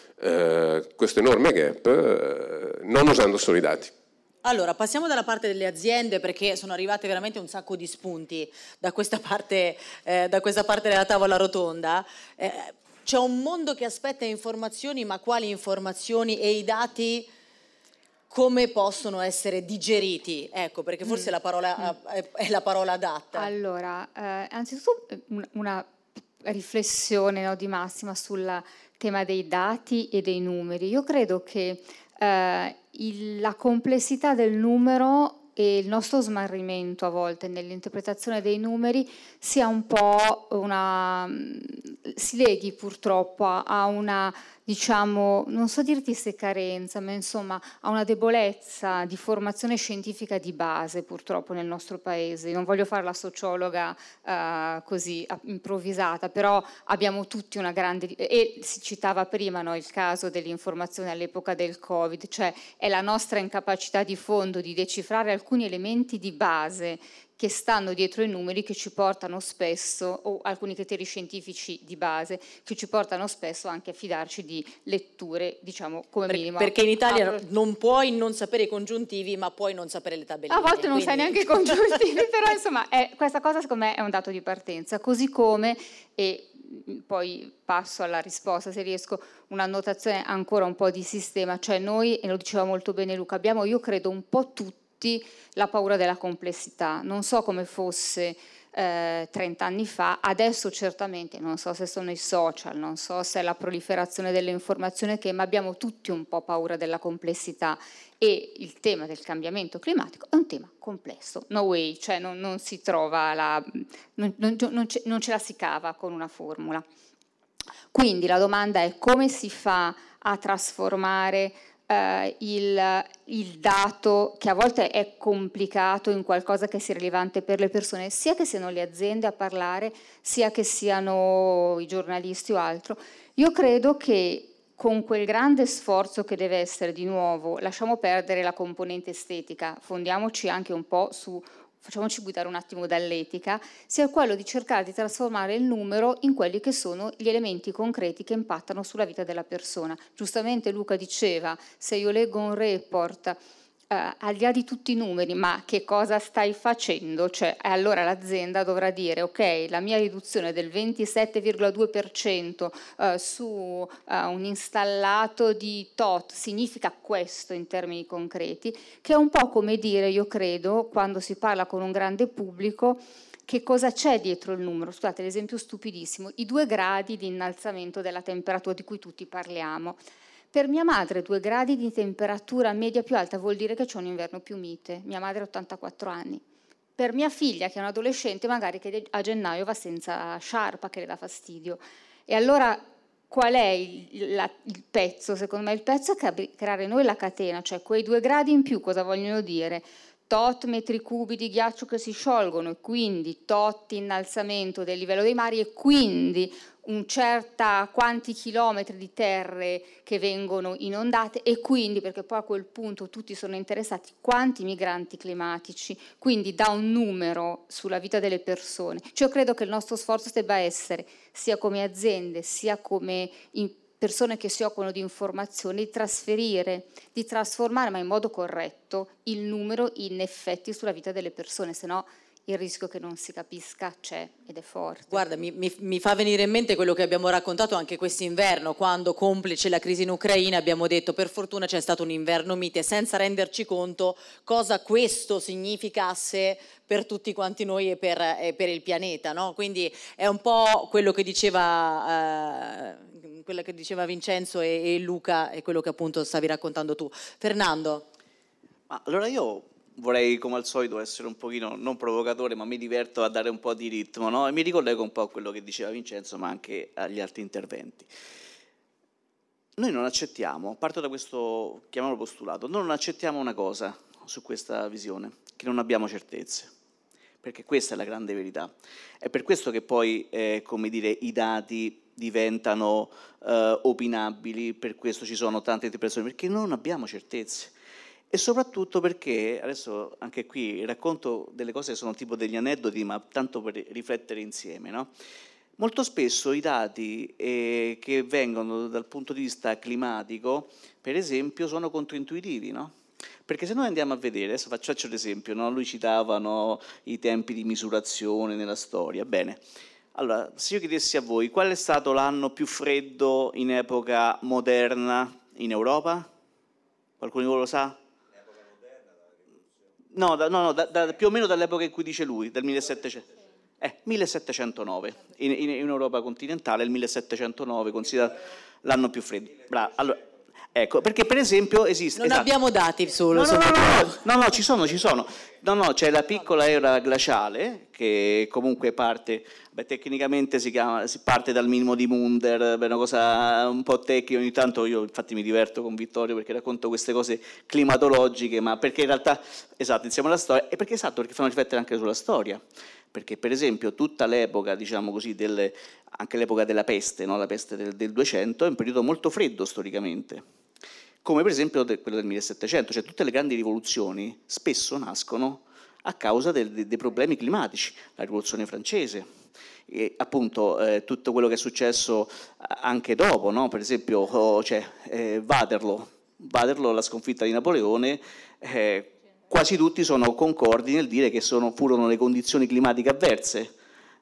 questo enorme gap non usando solo i dati. Allora, passiamo dalla parte delle aziende, perché sono arrivate veramente un sacco di spunti da questa parte della tavola rotonda. C'è un mondo che aspetta informazioni, ma quali informazioni, e i dati come possono essere digeriti? Ecco, perché forse la parola è la parola adatta. Allora, anzitutto una riflessione, no, di massima sul tema dei dati e dei numeri. Io credo che la complessità del numero e il nostro smarrimento a volte nell'interpretazione dei numeri sia un po' si leghi purtroppo a una, diciamo, non so dirti se carenza, ma insomma a una debolezza di formazione scientifica di base purtroppo nel nostro paese. Non voglio fare la sociologa così improvvisata, però abbiamo tutti una grande, e si citava prima, no, il caso dell'informazione all'epoca del Covid, cioè è la nostra incapacità di fondo di decifrare alcuni elementi di base che stanno dietro i numeri, che ci portano spesso, o alcuni criteri scientifici di base, che ci portano spesso anche a fidarci di letture, diciamo, come minimo. Perché in Italia non puoi non sapere i congiuntivi, ma puoi non sapere le tabelline. A volte non sai neanche i congiuntivi, però insomma questa cosa secondo me è un dato di partenza, così come, e poi passo alla risposta se riesco, un'annotazione ancora un po' di sistema, cioè noi, e lo diceva molto bene Luca, abbiamo, io credo, un po' tutti la paura della complessità. Non so come fosse 30 anni fa, adesso certamente non so se sono i social, non so se è la proliferazione delle informazioni, ma abbiamo tutti un po' paura della complessità, e il tema del cambiamento climatico è un tema complesso, no way, cioè non si trova non ce la si cava con una formula. Quindi la domanda è: come si fa a trasformare il dato, che a volte è complicato, in qualcosa che sia rilevante per le persone, sia che siano le aziende a parlare, sia che siano i giornalisti o altro. Io credo che con quel grande sforzo che deve essere, di nuovo, lasciamo perdere la componente estetica, fondiamoci anche un po' facciamoci guidare un attimo dall'etica, sia quello di cercare di trasformare il numero in quelli che sono gli elementi concreti che impattano sulla vita della persona. Giustamente Luca diceva, se io leggo un report al di là di tutti i numeri, ma che cosa stai facendo? Cioè, allora l'azienda dovrà dire: ok, la mia riduzione del 27,2% su un installato di tot significa questo in termini concreti, che è un po' come dire, io credo, quando si parla con un grande pubblico, che cosa c'è dietro il numero. Scusate, l'esempio stupidissimo, i 2 gradi di innalzamento della temperatura di cui tutti parliamo. Per mia madre 2 gradi di temperatura media più alta vuol dire che c'è un inverno più mite. Mia madre ha 84 anni. Per mia figlia, che è un adolescente, magari che a gennaio va senza sciarpa, che le dà fastidio. E allora qual è il pezzo? Secondo me il pezzo è creare noi la catena, cioè quei 2 gradi in più cosa vogliono dire? Tot metri cubi di ghiaccio che si sciolgono e quindi tot innalzamento del livello dei mari e quindi un certa quanti chilometri di terre che vengono inondate e quindi, perché poi a quel punto tutti sono interessati, quanti migranti climatici, quindi da un numero sulla vita delle persone. Cioè io credo che il nostro sforzo debba essere, sia come aziende, sia come persone che si occupano di informazione, di trasferire, di trasformare, ma in modo corretto, il numero in effetti sulla vita delle persone, se no il rischio che non si capisca c'è ed è forte. Guarda, mi fa venire in mente quello che abbiamo raccontato anche quest'inverno, quando, complice la crisi in Ucraina, abbiamo detto per fortuna c'è stato un inverno mite, senza renderci conto cosa questo significasse per tutti quanti noi e per il pianeta, no? Quindi è un po' quello che diceva Vincenzo e Luca e quello che appunto stavi raccontando tu. Fernando. Ma allora io vorrei, come al solito, essere un pochino, non provocatore, ma mi diverto a dare un po' di ritmo, no? E mi ricollego un po' a quello che diceva Vincenzo, ma anche agli altri interventi. Noi non accettiamo, parto da questo, chiamiamolo postulato, non accettiamo una cosa su questa visione, che non abbiamo certezze, perché questa è la grande verità. È per questo che poi, come dire, i dati diventano opinabili, per questo ci sono tante persone, perché non abbiamo certezze. E soprattutto perché, adesso anche qui racconto delle cose che sono tipo degli aneddoti, ma tanto per riflettere insieme, no? Molto spesso i dati che vengono dal punto di vista climatico, per esempio, sono controintuitivi, no? Perché se noi andiamo a vedere, adesso faccio l'esempio, no? Lui citava i tempi di misurazione nella storia, bene. Allora, se io chiedessi a voi qual è stato l'anno più freddo in epoca moderna in Europa? Qualcuno di voi lo sa? No, più o meno dall'epoca in cui dice lui, del 1700. 1709, in Europa continentale il 1709 considerato l'anno più freddo. Bravo. Allora, ecco, perché per esempio esiste... Non abbiamo dati solo. No, ci sono. No, c'è la piccola era glaciale che comunque parte, tecnicamente si parte dal minimo di Munder, è una cosa un po' tecnica, ogni tanto io infatti mi diverto con Vittorio perché racconto queste cose climatologiche, ma perché in realtà, esatto, insieme alla storia, e perché perché fanno riflettere anche sulla storia, perché per esempio tutta l'epoca, diciamo così, anche l'epoca della peste, no? La peste del 200 è un periodo molto freddo storicamente, come per esempio quello del 1700, cioè tutte le grandi rivoluzioni spesso nascono a causa dei problemi climatici, la rivoluzione francese, e appunto tutto quello che è successo anche dopo, no? Per esempio Waterloo, la sconfitta di Napoleone, quasi tutti sono concordi nel dire che furono le condizioni climatiche avverse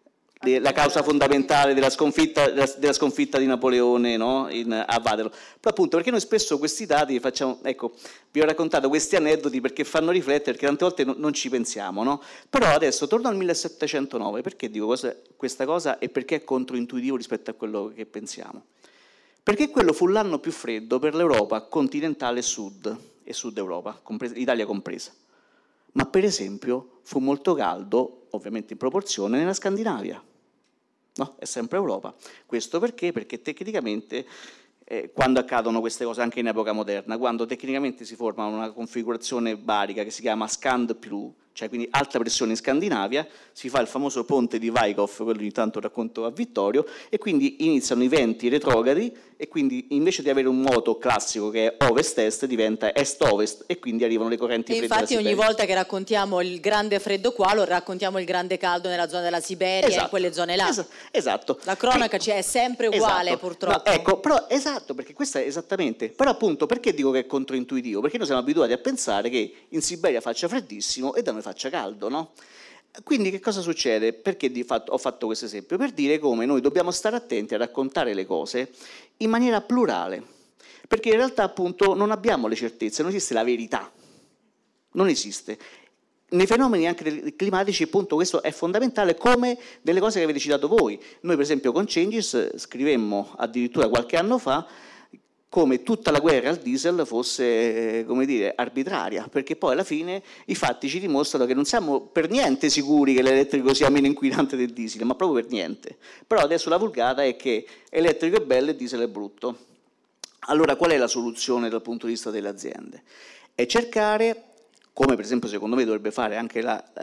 la causa fondamentale della sconfitta di Napoleone, no? A Waterloo. Però appunto perché noi spesso questi dati facciamo, ecco, vi ho raccontato questi aneddoti perché fanno riflettere, perché tante volte non ci pensiamo, no? Però adesso torno al 1709, perché dico questa cosa e perché è controintuitivo rispetto a quello che pensiamo? Perché quello fu l'anno più freddo per l'Europa continentale sud e sud Europa, l'Italia compresa. Ma per esempio fu molto caldo, ovviamente in proporzione, nella Scandinavia. No, è sempre Europa. Questo perché? Perché tecnicamente quando accadono queste cose anche in epoca moderna, quando tecnicamente si forma una configurazione barica che si chiama Scand+, cioè quindi alta pressione in Scandinavia, si fa il famoso ponte di Wyckoff, quello ogni tanto racconto a Vittorio, e quindi iniziano i venti retrogradi e quindi invece di avere un moto classico che è ovest-est diventa est-ovest e quindi arrivano le correnti fredde. Infatti ogni volta che raccontiamo il grande freddo qua lo raccontiamo il grande caldo nella zona della Siberia, esatto, in quelle zone là. Esatto. La cronaca è sempre uguale, esatto, purtroppo. No, ecco, però esatto, perché questa è esattamente. Però appunto perché dico che è controintuitivo? Perché noi siamo abituati a pensare che in Siberia faccia freddissimo e da noi faccia caldo, no? Quindi che cosa succede? Perché ho fatto questo esempio? Per dire come noi dobbiamo stare attenti a raccontare le cose in maniera plurale, perché in realtà appunto non abbiamo le certezze, non esiste la verità, non esiste. Nei fenomeni anche climatici appunto questo è fondamentale, come delle cose che avete citato voi. Noi per esempio con Changes scrivemmo addirittura qualche anno fa come tutta la guerra al diesel fosse, come dire, arbitraria, perché poi alla fine i fatti ci dimostrano che non siamo per niente sicuri che l'elettrico sia meno inquinante del diesel, ma proprio per niente. Però adesso la vulgata è che elettrico è bello e diesel è brutto. Allora qual è la soluzione dal punto di vista delle aziende? È cercare, come per esempio secondo me dovrebbe fare anche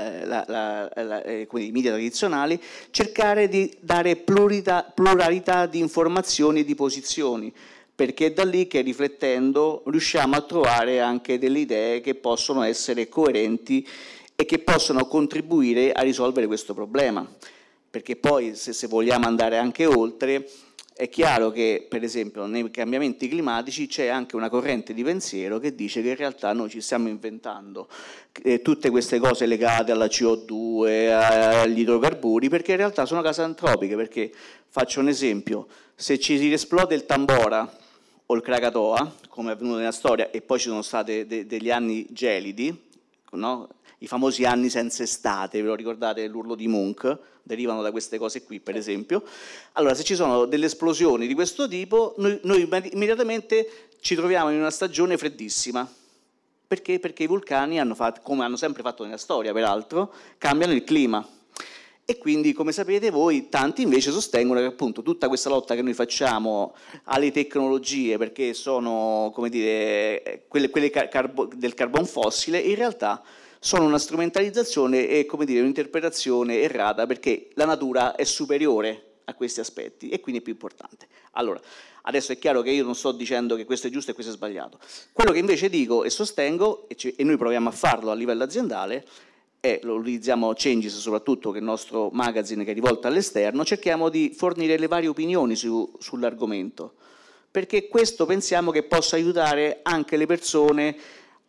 i media tradizionali, cercare di dare pluralità di informazioni e di posizioni, perché è da lì che riflettendo riusciamo a trovare anche delle idee che possono essere coerenti e che possono contribuire a risolvere questo problema. Perché poi se vogliamo andare anche oltre, è chiaro che per esempio nei cambiamenti climatici c'è anche una corrente di pensiero che dice che in realtà noi ci stiamo inventando tutte queste cose legate alla CO2, agli idrocarburi, perché in realtà sono cause antropiche. Perché faccio un esempio: se ci si esplode il Tambora o il Krakatoa, come è avvenuto nella storia, e poi ci sono stati degli anni gelidi, no? I famosi anni senza estate, ve lo ricordate, l'urlo di Munch, derivano da queste cose qui per esempio. Allora se ci sono delle esplosioni di questo tipo, noi immediatamente ci troviamo in una stagione freddissima. Perché? Perché i vulcani hanno fatto, come hanno sempre fatto nella storia peraltro, cambiano il clima. E quindi, come sapete voi, tanti invece sostengono che appunto tutta questa lotta che noi facciamo alle tecnologie, perché sono, come dire, quelle del carbon fossile, in realtà sono una strumentalizzazione e, come dire, un'interpretazione errata, perché la natura è superiore a questi aspetti e quindi è più importante. Allora, adesso è chiaro che io non sto dicendo che questo è giusto e questo è sbagliato. Quello che invece dico e sostengo, e noi proviamo a farlo a livello aziendale, lo utilizziamo Changes soprattutto, che è il nostro magazine che è rivolto all'esterno, cerchiamo di fornire le varie opinioni sull'argomento, perché questo pensiamo che possa aiutare anche le persone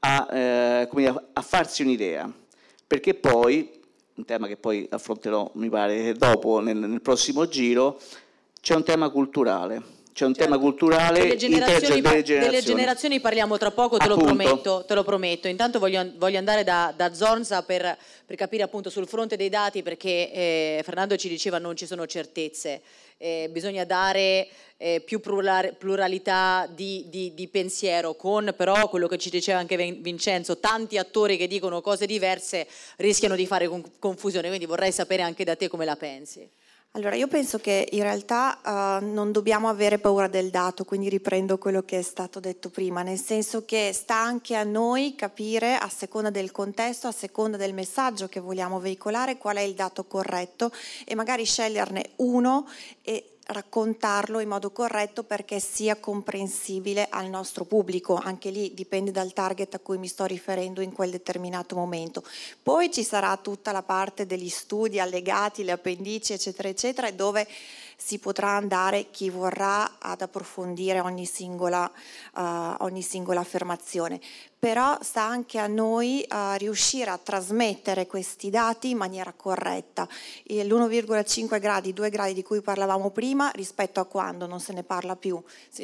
a farsi un'idea, perché poi, un tema che poi affronterò mi pare dopo nel prossimo giro, c'è un tema culturale. C'è un tema culturale delle generazioni parliamo tra poco, te lo prometto. Intanto voglio andare da Zornza per capire appunto sul fronte dei dati, perché Fernando ci diceva non ci sono certezze, bisogna dare più pluralità di pensiero, con però quello che ci diceva anche Vincenzo, tanti attori che dicono cose diverse rischiano di fare confusione, quindi vorrei sapere anche da te come la pensi. Allora, io penso che in realtà non dobbiamo avere paura del dato, quindi riprendo quello che è stato detto prima, nel senso che sta anche a noi capire, a seconda del contesto, a seconda del messaggio che vogliamo veicolare, qual è il dato corretto e magari sceglierne uno e raccontarlo in modo corretto perché sia comprensibile al nostro pubblico. Anche lì dipende dal target a cui mi sto riferendo in quel determinato momento. Poi ci sarà tutta la parte degli studi allegati, le appendici eccetera eccetera, dove si potrà andare, chi vorrà, ad approfondire ogni singola affermazione. Però sta anche a noi riuscire a trasmettere questi dati in maniera corretta. L'1,5 gradi, 2 gradi di cui parlavamo prima, rispetto a quando non se ne parla più.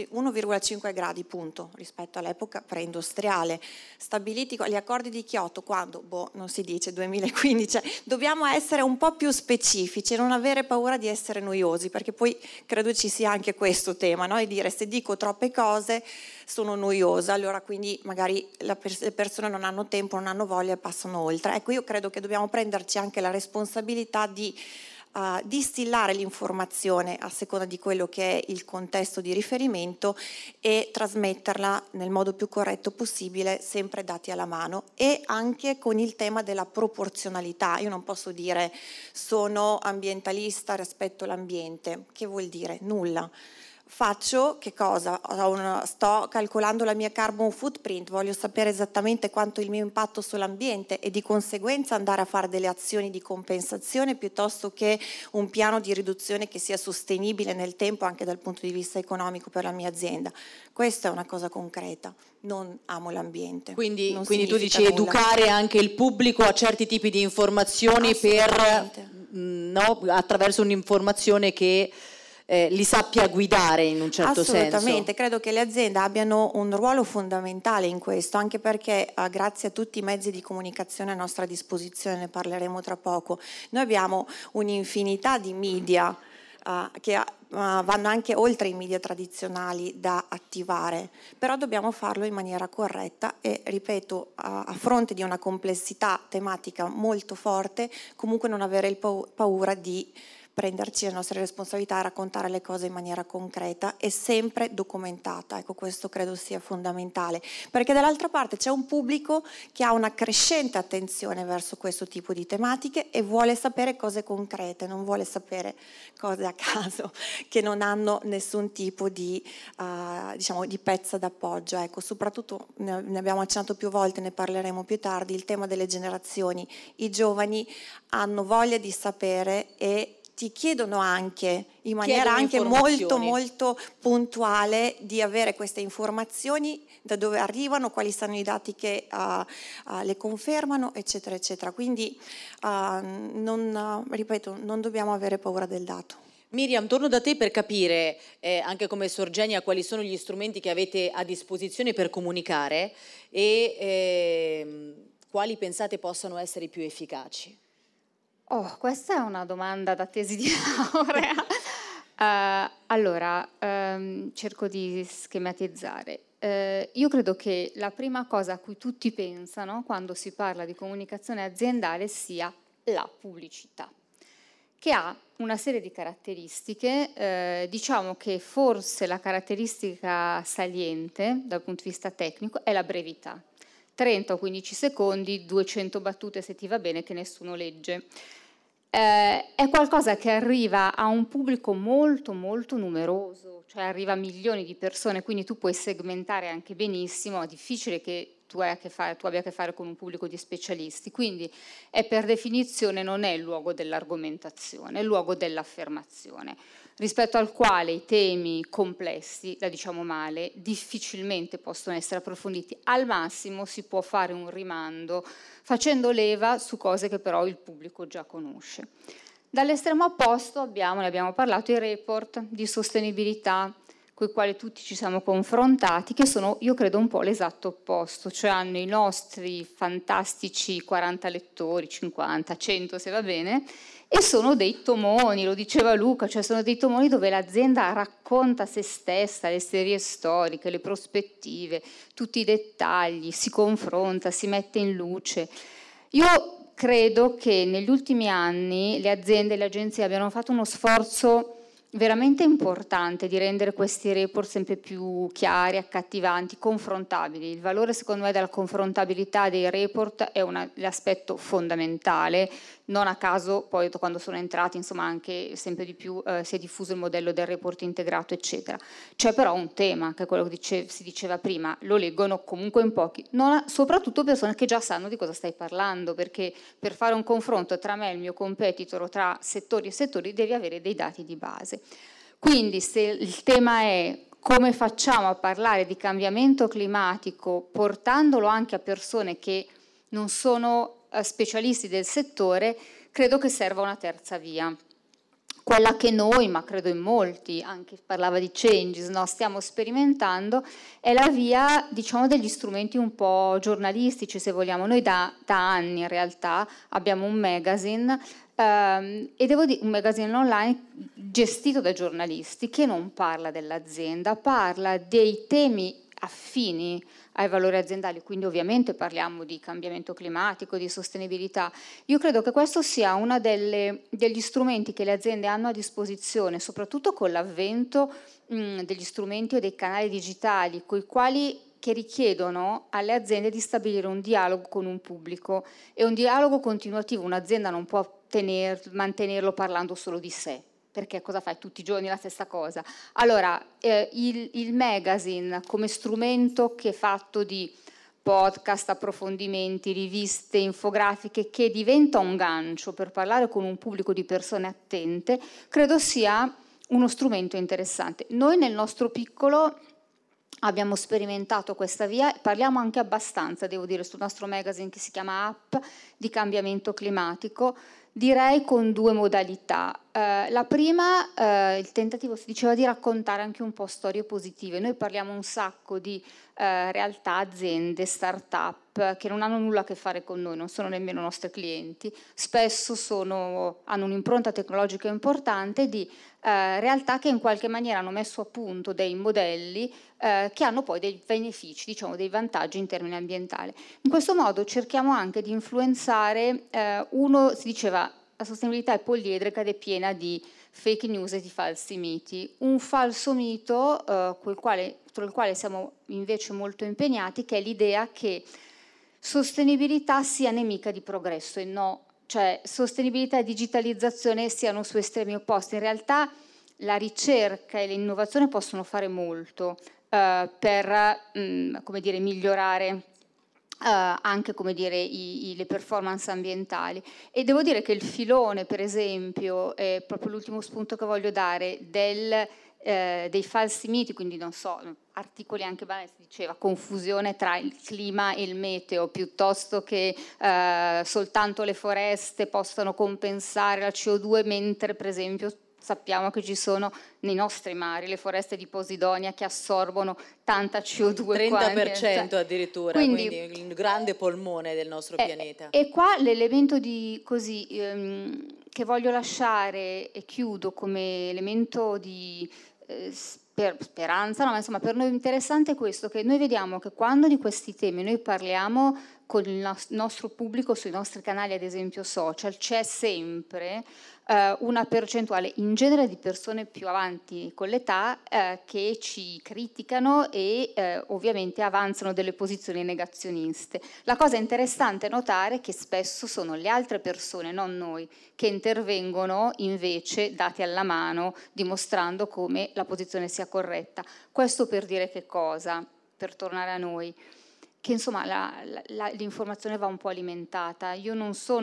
1,5 gradi, punto, rispetto all'epoca preindustriale. Stabiliti gli accordi di Kyoto, quando? Non si dice, 2015. Dobbiamo essere un po' più specifici e non avere paura di essere noiosi, perché poi credo ci sia anche questo tema, no? E dire se dico troppe cose sono noiosa, allora quindi magari le persone non hanno tempo, non hanno voglia e passano oltre. Ecco, io credo che dobbiamo prenderci anche la responsabilità di distillare l'informazione a seconda di quello che è il contesto di riferimento e trasmetterla nel modo più corretto possibile, sempre dati alla mano, e anche con il tema della proporzionalità. Io non posso dire sono ambientalista rispetto all'ambiente, che vuol dire? Nulla. Faccio che cosa? Sto calcolando la mia carbon footprint, voglio sapere esattamente quanto è il mio impatto sull'ambiente e di conseguenza andare a fare delle azioni di compensazione piuttosto che un piano di riduzione che sia sostenibile nel tempo anche dal punto di vista economico per la mia azienda. Questa è una cosa concreta, non amo l'ambiente. Quindi tu dici nulla. Educare anche il pubblico a certi tipi di informazioni attraverso un'informazione che li sappia guidare in un certo senso. Assolutamente, credo che le aziende abbiano un ruolo fondamentale in questo, anche perché grazie a tutti i mezzi di comunicazione a nostra disposizione, ne parleremo tra poco, noi abbiamo un'infinità di media che vanno anche oltre i media tradizionali da attivare, però dobbiamo farlo in maniera corretta e, ripeto, a fronte di una complessità tematica molto forte, comunque non avere paura di prenderci le nostre responsabilità e raccontare le cose in maniera concreta e sempre documentata. Ecco, questo credo sia fondamentale, perché dall'altra parte c'è un pubblico che ha una crescente attenzione verso questo tipo di tematiche e vuole sapere cose concrete, non vuole sapere cose a caso che non hanno nessun tipo di, diciamo, di pezza d'appoggio. Ecco, soprattutto ne abbiamo accennato più volte, ne parleremo più tardi, il tema delle generazioni. I giovani hanno voglia di sapere e ti chiedono anche in maniera anche molto puntuale di avere queste informazioni, da dove arrivano, quali sono i dati che le confermano, eccetera eccetera. Quindi ripeto, non dobbiamo avere paura del dato. Miriam, torno da te per capire anche come Sorgenia quali sono gli strumenti che avete a disposizione per comunicare e quali pensate possano essere i più efficaci. Oh, questa è una domanda da tesi di laurea. Allora, cerco di schematizzare. Io credo che la prima cosa a cui tutti pensano quando si parla di comunicazione aziendale sia la pubblicità, che ha una serie di caratteristiche. Diciamo che forse la caratteristica saliente dal punto di vista tecnico è la brevità. 30 o 15 secondi, 200 battute se ti va bene, che nessuno legge. È qualcosa che arriva a un pubblico molto numeroso, cioè arriva a milioni di persone, quindi tu puoi segmentare anche benissimo. È difficile che tu abbia a che fare con un pubblico di specialisti, quindi è per definizione non è il luogo dell'argomentazione, è il luogo dell'affermazione, rispetto al quale i temi complessi, la diciamo male, difficilmente possono essere approfonditi. Al massimo si può fare un rimando facendo leva su cose che però il pubblico già conosce. Dall'estremo opposto ne abbiamo parlato, i report di sostenibilità con i quali tutti ci siamo confrontati, che sono, io credo, un po' l'esatto opposto, cioè hanno i nostri fantastici 40 lettori, 50, 100 se va bene, e sono dei tomoni, lo diceva Luca, cioè sono dei tomoni dove l'azienda racconta se stessa, le serie storiche, le prospettive, tutti i dettagli, si confronta, si mette in luce. Io credo che negli ultimi anni le aziende e le agenzie abbiano fatto uno sforzo veramente importante di rendere questi report sempre più chiari, accattivanti, confrontabili. Il valore secondo me della confrontabilità dei report è l'aspetto fondamentale. Non a caso poi quando sono entrati, insomma, anche sempre di più si è diffuso il modello del report integrato, eccetera. C'è però un tema, che è quello che si diceva prima, lo leggono comunque in pochi, soprattutto persone che già sanno di cosa stai parlando, perché per fare un confronto tra me e il mio competitor o tra settori e settori devi avere dei dati di base. Quindi se il tema è come facciamo a parlare di cambiamento climatico portandolo anche a persone che non sono specialisti del settore, credo che serva una terza via. Quella che noi, ma credo in molti, anche parlava di changes, no, stiamo sperimentando, è la via, diciamo, degli strumenti un po' giornalistici, se vogliamo. Noi da anni in realtà abbiamo un magazine, e devo dire un magazine online gestito da giornalisti che non parla dell'azienda, parla dei temi affini ai valori aziendali, quindi ovviamente parliamo di cambiamento climatico, di sostenibilità. Io credo che questo sia uno degli strumenti che le aziende hanno a disposizione, soprattutto con l'avvento degli strumenti o dei canali digitali che richiedono alle aziende di stabilire un dialogo con un pubblico e un dialogo continuativo. Un'azienda non può mantenerlo parlando solo di sé, perché cosa fai tutti i giorni la stessa cosa? Allora, il magazine come strumento che è fatto di podcast, approfondimenti, riviste, infografiche, che diventa un gancio per parlare con un pubblico di persone attente, credo sia uno strumento interessante. Noi nel nostro piccolo abbiamo sperimentato questa via, parliamo anche abbastanza, devo dire, sul nostro magazine che si chiama App di cambiamento climatico, Direi con due modalità. La prima, il tentativo, si diceva, di raccontare anche un po' storie positive. Noi parliamo un sacco di realtà, aziende, start-up che non hanno nulla a che fare con noi, non sono nemmeno nostri clienti, spesso hanno un'impronta tecnologica importante, di realtà che in qualche maniera hanno messo a punto dei modelli che hanno poi dei benefici, diciamo dei vantaggi in termini ambientali. In questo modo cerchiamo anche di influenzare, si diceva, la sostenibilità è poliedrica ed è piena di fake news e di falsi miti. Un falso mito contro il quale siamo invece molto impegnati, che è l'idea che sostenibilità sia nemica di progresso e no, cioè sostenibilità e digitalizzazione siano su estremi opposti. In realtà la ricerca e l'innovazione possono fare molto per come dire, migliorare anche come dire, le performance ambientali. E devo dire che il filone, per esempio, è proprio l'ultimo spunto che voglio dare, dei falsi miti, quindi non so, articoli anche banali, si diceva confusione tra il clima e il meteo, piuttosto che soltanto le foreste possano compensare la CO2, mentre per esempio sappiamo che ci sono nei nostri mari le foreste di Posidonia che assorbono tanta CO2. 30% addirittura, quindi il grande polmone del nostro pianeta. E qua l'elemento che voglio lasciare e chiudo come elemento di speranza, no, ma insomma per noi interessante è questo, che noi vediamo che quando di questi temi noi parliamo con il nostro pubblico sui nostri canali, ad esempio social, c'è sempre una percentuale in genere di persone più avanti con l'età che ci criticano e ovviamente avanzano delle posizioni negazioniste. La cosa interessante è notare che spesso sono le altre persone, non noi, che intervengono invece dati alla mano, dimostrando come la posizione sia corretta. Questo per dire che cosa? Per tornare a noi, che insomma l'informazione va un po' alimentata. Io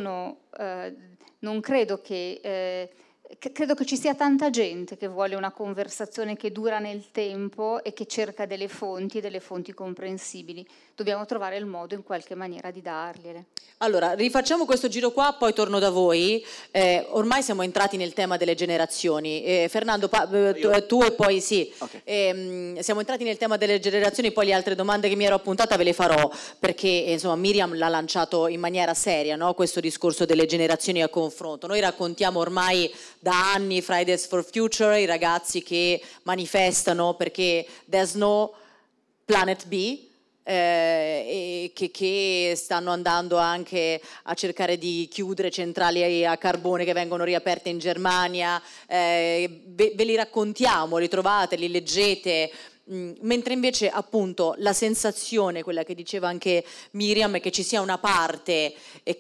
non credo che credo che ci sia tanta gente che vuole una conversazione che dura nel tempo e che cerca delle fonti comprensibili. Dobbiamo trovare il modo in qualche maniera di dargliele. Allora, rifacciamo questo giro qua, poi torno da voi. Ormai siamo entrati nel tema delle generazioni. Fernando, tu e poi sì. Okay. Siamo entrati nel tema delle generazioni, poi le altre domande che mi ero appuntata ve le farò, perché insomma Miriam l'ha lanciato in maniera seria, no? Questo discorso delle generazioni a confronto. Noi raccontiamo ormai da anni Fridays for Future, i ragazzi che manifestano perché there's no planet B, e che stanno andando anche a cercare di chiudere centrali a carbone che vengono riaperte in Germania. Ve li raccontiamo, li trovate, li leggete, mentre invece appunto la sensazione, quella che diceva anche Miriam, è che ci sia una parte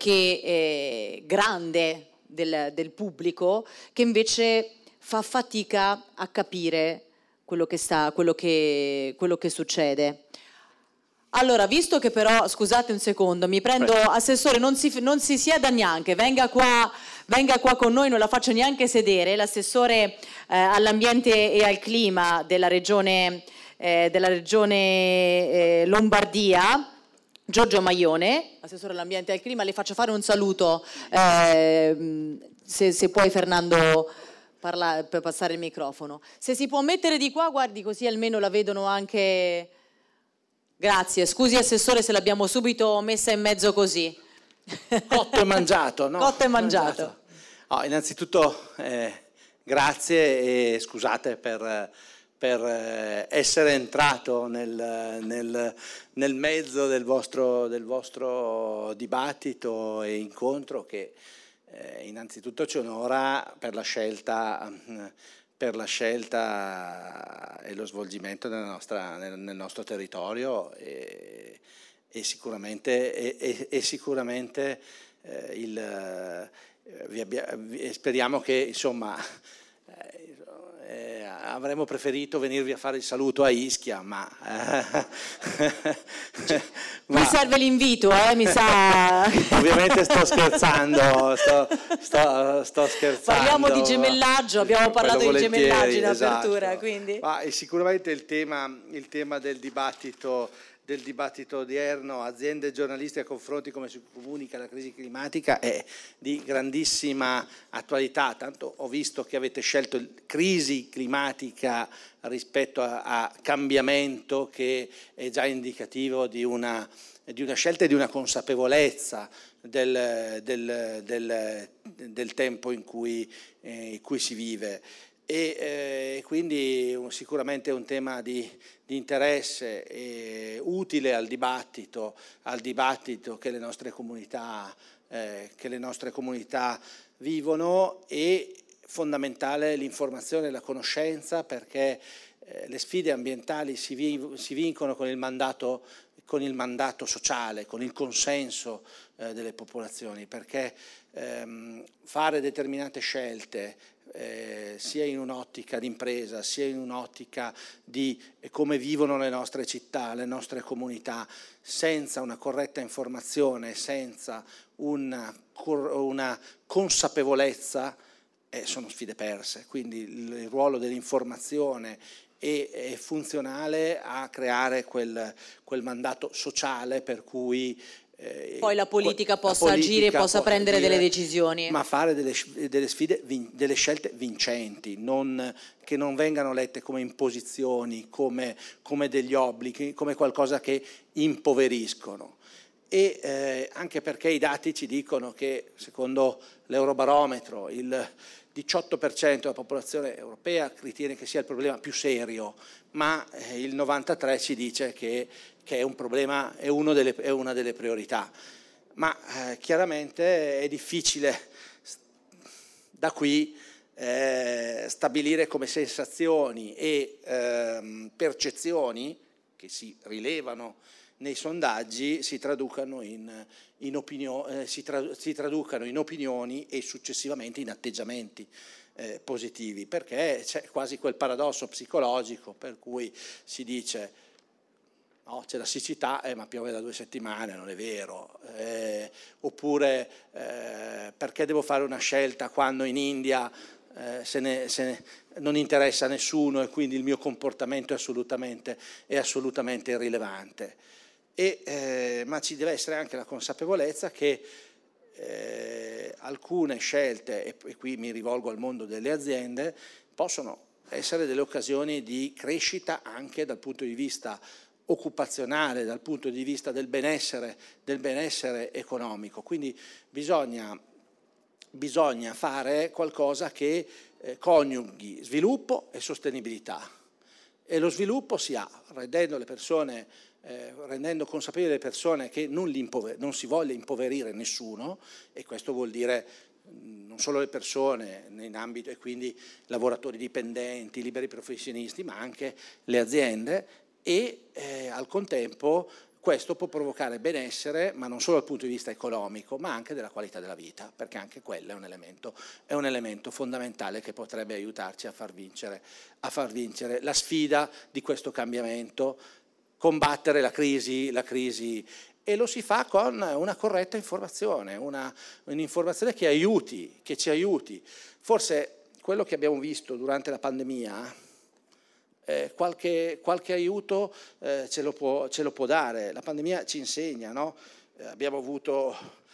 grande del pubblico che invece fa fatica a capire quello che succede. Allora, visto che però, scusate un secondo, mi prendo, Assessore, non si sieda neanche, venga qua con noi, non la faccio neanche sedere, l'assessore all'ambiente e al clima della regione Lombardia, Giorgio Maione, assessore all'ambiente e al clima. Le faccio fare un saluto, se puoi, Fernando, per passare il microfono. Se si può mettere di qua, guardi, così almeno la vedono anche. Grazie, scusi Assessore se l'abbiamo subito messa in mezzo così. Cotto e mangiato, no? Cotto e mangiato. Oh, innanzitutto grazie e scusate per essere entrato nel mezzo del vostro dibattito e incontro, che innanzitutto ci onora per la scelta e lo svolgimento nel nostro territorio e sicuramente speriamo che insomma avremmo preferito venirvi a fare il saluto a Ischia, ma mi serve l'invito, mi sa. Ovviamente sto scherzando, sto scherzando. Parliamo di gemellaggio, abbiamo parlato di gemellaggio in apertura, esatto. Quindi. Ma sicuramente il tema del dibattito del dibattito odierno, aziende e giornalisti a confronti come si comunica la crisi climatica, è di grandissima attualità, tanto ho visto che avete scelto crisi climatica rispetto a cambiamento, che è già indicativo di una scelta e di una consapevolezza del tempo in cui si vive. E quindi sicuramente è un tema di interesse utile al dibattito che le nostre comunità vivono, e fondamentale l'informazione e la conoscenza, perché le sfide ambientali si vincono con il mandato sociale, con il consenso delle popolazioni, perché fare determinate scelte sia in un'ottica di impresa, sia in un'ottica di come vivono le nostre città, le nostre comunità, senza una corretta informazione, senza una consapevolezza, sono sfide perse. Quindi il ruolo dell'informazione è funzionale a creare quel mandato sociale per cui poi la politica possa agire e possa prendere delle decisioni. Ma fare delle sfide, delle scelte vincenti, che non vengano lette come imposizioni, come degli obblighi, come qualcosa che impoveriscono. E anche perché i dati ci dicono che, secondo l'Eurobarometro, il 18% della popolazione europea ritiene che sia il problema più serio, ma il 93% ci dice che è un problema, è una delle priorità. Ma chiaramente è difficile da qui stabilire come sensazioni e percezioni che si rilevano nei sondaggi si traducano in opinioni e successivamente in atteggiamenti positivi, perché c'è quasi quel paradosso psicologico per cui si dice no, c'è la siccità, ma piove da 2 settimane, non è vero, oppure perché devo fare una scelta quando in India non interessa a nessuno e quindi il mio comportamento è assolutamente irrilevante. Ma ci deve essere anche la consapevolezza che alcune scelte, e qui mi rivolgo al mondo delle aziende, possono essere delle occasioni di crescita anche dal punto di vista occupazionale, dal punto di vista del benessere economico. Quindi bisogna fare qualcosa che coniughi sviluppo e sostenibilità, e lo sviluppo si ha rendendo consapevoli le persone che non si voglia impoverire nessuno, e questo vuol dire non solo le persone in ambito, e quindi lavoratori dipendenti, liberi professionisti, ma anche le aziende, e al contempo questo può provocare benessere, ma non solo dal punto di vista economico, ma anche della qualità della vita, perché anche quello è un elemento fondamentale che potrebbe aiutarci a far vincere la sfida di questo cambiamento, combattere la crisi, e lo si fa con una corretta informazione, un'informazione che ci aiuti. Forse quello che abbiamo visto durante la pandemia, qualche aiuto ce lo può dare. La pandemia ci insegna, no? Abbiamo avuto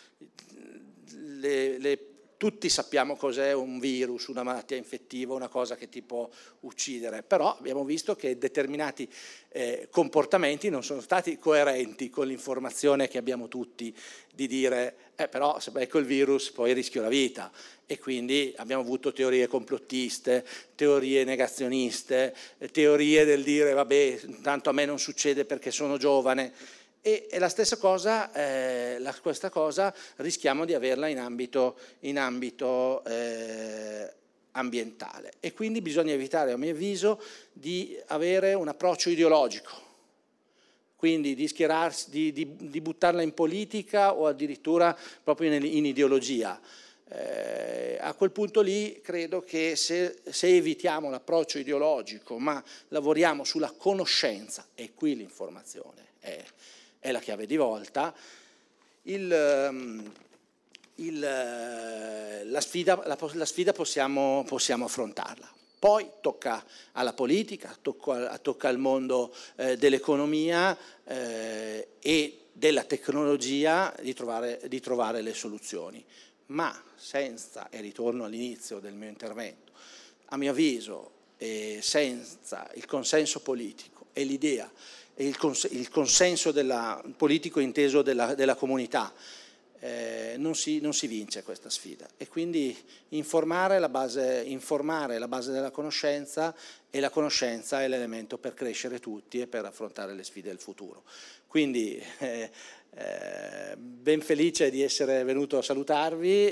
tutti sappiamo cos'è un virus, una malattia infettiva, una cosa che ti può uccidere, però abbiamo visto che determinati comportamenti non sono stati coerenti con l'informazione che abbiamo tutti di dire però se becco il virus poi rischio la vita, e quindi abbiamo avuto teorie complottiste, teorie negazioniste, teorie del dire vabbè tanto a me non succede perché sono giovane. E la stessa cosa, questa cosa rischiamo di averla in ambito ambientale, e quindi bisogna evitare, a mio avviso, di avere un approccio ideologico, quindi di schierarsi, di buttarla in politica o addirittura proprio in ideologia. A quel punto lì credo che se evitiamo l'approccio ideologico ma lavoriamo sulla conoscenza, e qui l'informazione è la chiave di volta, la sfida possiamo affrontarla. poi tocca alla politica, tocca al mondo dell'economia e della tecnologia di trovare le soluzioni. Ma senza, e ritorno all'inizio del mio intervento, a mio avviso, senza il consenso politico e l'idea, il consenso politico inteso della comunità, non si vince questa sfida. E quindi informare è la base della conoscenza, e la conoscenza è l'elemento per crescere tutti e per affrontare le sfide del futuro. Quindi ben felice di essere venuto a salutarvi,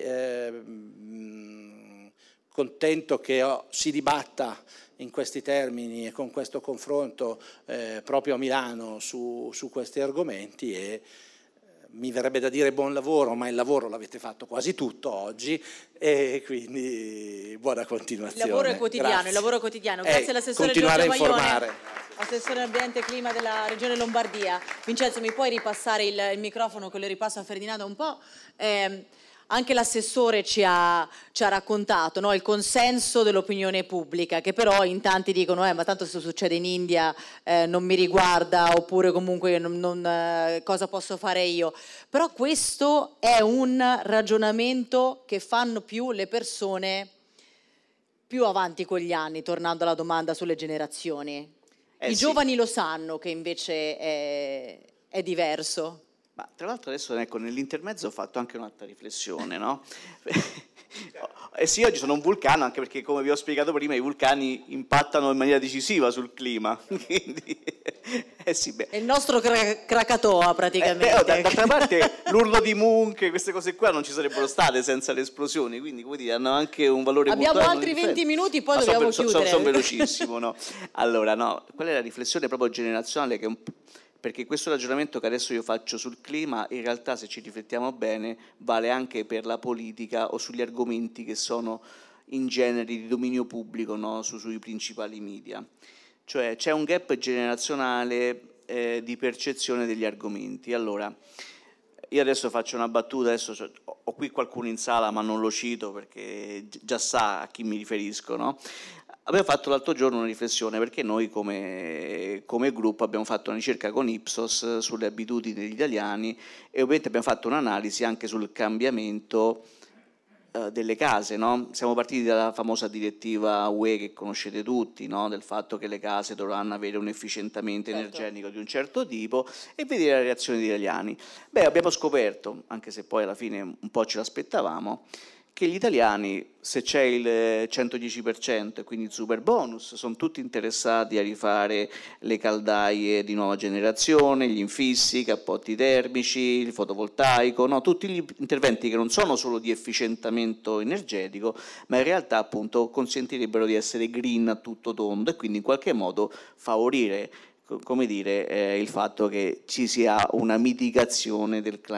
contento che si dibatta in questi termini e con questo confronto proprio a Milano su questi argomenti, e mi verrebbe da dire buon lavoro, ma il lavoro l'avete fatto quasi tutto oggi, e quindi buona continuazione. Il lavoro è quotidiano, grazie. Il lavoro quotidiano. Grazie all'assessore continuare Giorgia a informare. Maione, assessore ambiente e clima della Regione Lombardia. Vincenzo, mi puoi ripassare il microfono, che lo ripasso a Ferdinando un po'? Anche l'assessore ci ha raccontato, no, il consenso dell'opinione pubblica, che però in tanti dicono ma tanto se succede in India non mi riguarda, oppure comunque cosa posso fare io. Però questo è un ragionamento che fanno più le persone più avanti con gli anni, tornando alla domanda sulle generazioni. I giovani lo sanno che invece è diverso. Ma tra l'altro adesso, ecco, nell'intermezzo ho fatto anche un'altra riflessione, no? Sì, oggi sono un vulcano, anche perché, come vi ho spiegato prima, i vulcani impattano in maniera decisiva sul clima. Quindi, sì, beh. È il nostro Krakatoa praticamente. D'altra parte l'urlo di Munch, queste cose qua non ci sarebbero state senza le esplosioni, quindi come dire, hanno anche un valore Abbiamo culturale. altri 20 minuti, poi dobbiamo chiudere. Sono velocissimo, no? Allora, no, qual è la riflessione proprio generazionale che perché questo ragionamento che adesso io faccio sul clima, in realtà, se ci riflettiamo bene, vale anche per la politica o sugli argomenti che sono in genere di dominio pubblico, no? Sui principali media. Cioè c'è un gap generazionale di percezione degli argomenti. Allora, io adesso faccio una battuta, adesso ho qui qualcuno in sala ma non lo cito perché già sa a chi mi riferisco, no? Abbiamo fatto l'altro giorno una riflessione, perché noi come gruppo abbiamo fatto una ricerca con Ipsos sulle abitudini degli italiani, e ovviamente abbiamo fatto un'analisi anche sul cambiamento delle case, no? Siamo partiti dalla famosa direttiva UE che conoscete tutti, no? Del fatto che le case dovranno avere un efficientamento energetico di un certo tipo, e vedere la reazione degli italiani. Beh, abbiamo scoperto, anche se poi alla fine un po' ce l'aspettavamo, che gli italiani, se c'è il 110% e quindi il super bonus, sono tutti interessati a rifare le caldaie di nuova generazione, gli infissi, i cappotti termici, il fotovoltaico, no? Tutti gli interventi che non sono solo di efficientamento energetico, ma in realtà appunto consentirebbero di essere green a tutto tondo, e quindi in qualche modo favorire, come dire, il fatto che ci sia una mitigazione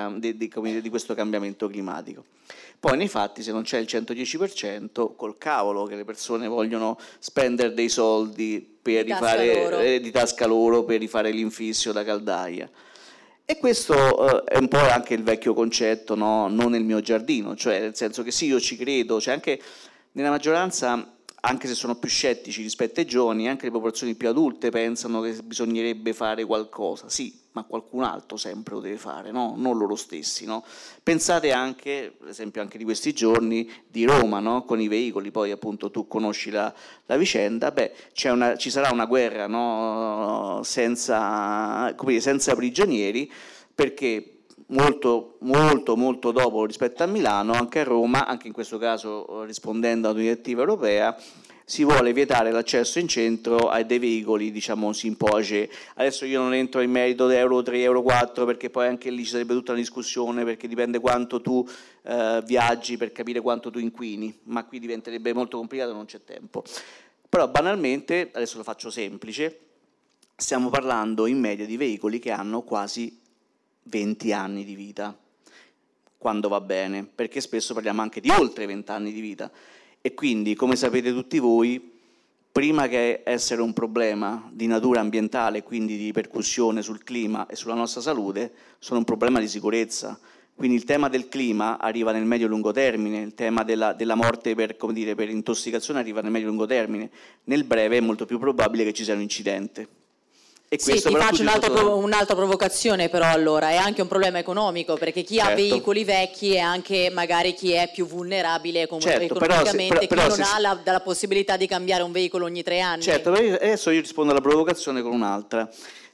di questo cambiamento climatico. Poi nei fatti, se non c'è il 110%, col cavolo che le persone vogliono spendere dei soldi per di tasca loro per rifare l'infisso, la caldaia. E questo è un po' anche il vecchio concetto, no? Non nel mio giardino, cioè nel senso che sì, io ci credo, cioè anche nella maggioranza, anche se sono più scettici rispetto ai giovani, anche le popolazioni più adulte pensano che bisognerebbe fare qualcosa. Sì, ma qualcun altro sempre lo deve fare, no? Non loro stessi, no? Pensate anche, per esempio anche di questi giorni, di Roma, no? Con i veicoli, poi appunto tu conosci la vicenda, beh, ci sarà una guerra, no? senza prigionieri, perché molto dopo rispetto a Milano, anche a Roma, anche in questo caso rispondendo ad una direttiva europea, si vuole vietare l'accesso in centro a dei veicoli, diciamo, simpoce. Adesso io non entro in merito di Euro 3, Euro 4, perché poi anche lì ci sarebbe tutta una discussione, perché dipende quanto tu viaggi per capire quanto tu inquini, ma qui diventerebbe molto complicato, non c'è tempo. Però banalmente, adesso lo faccio semplice, stiamo parlando in media di veicoli che hanno quasi 20 anni di vita, quando va bene, perché spesso parliamo anche di oltre 20 anni di vita. E quindi, come sapete tutti voi, prima che essere un problema di natura ambientale, quindi di ripercussione sul clima e sulla nostra salute, sono un problema di sicurezza. Quindi il tema del clima arriva nel medio-lungo termine, il tema della morte per intossicazione arriva nel medio-lungo termine. Nel breve è molto più probabile che ci sia un incidente. E sì, ti faccio un'altra provocazione, però allora è anche un problema economico, perché chi ha veicoli vecchi è anche magari chi è più vulnerabile economicamente, chi non ha la possibilità di cambiare un veicolo ogni 3 anni. Certo, adesso io rispondo alla provocazione con un'altra.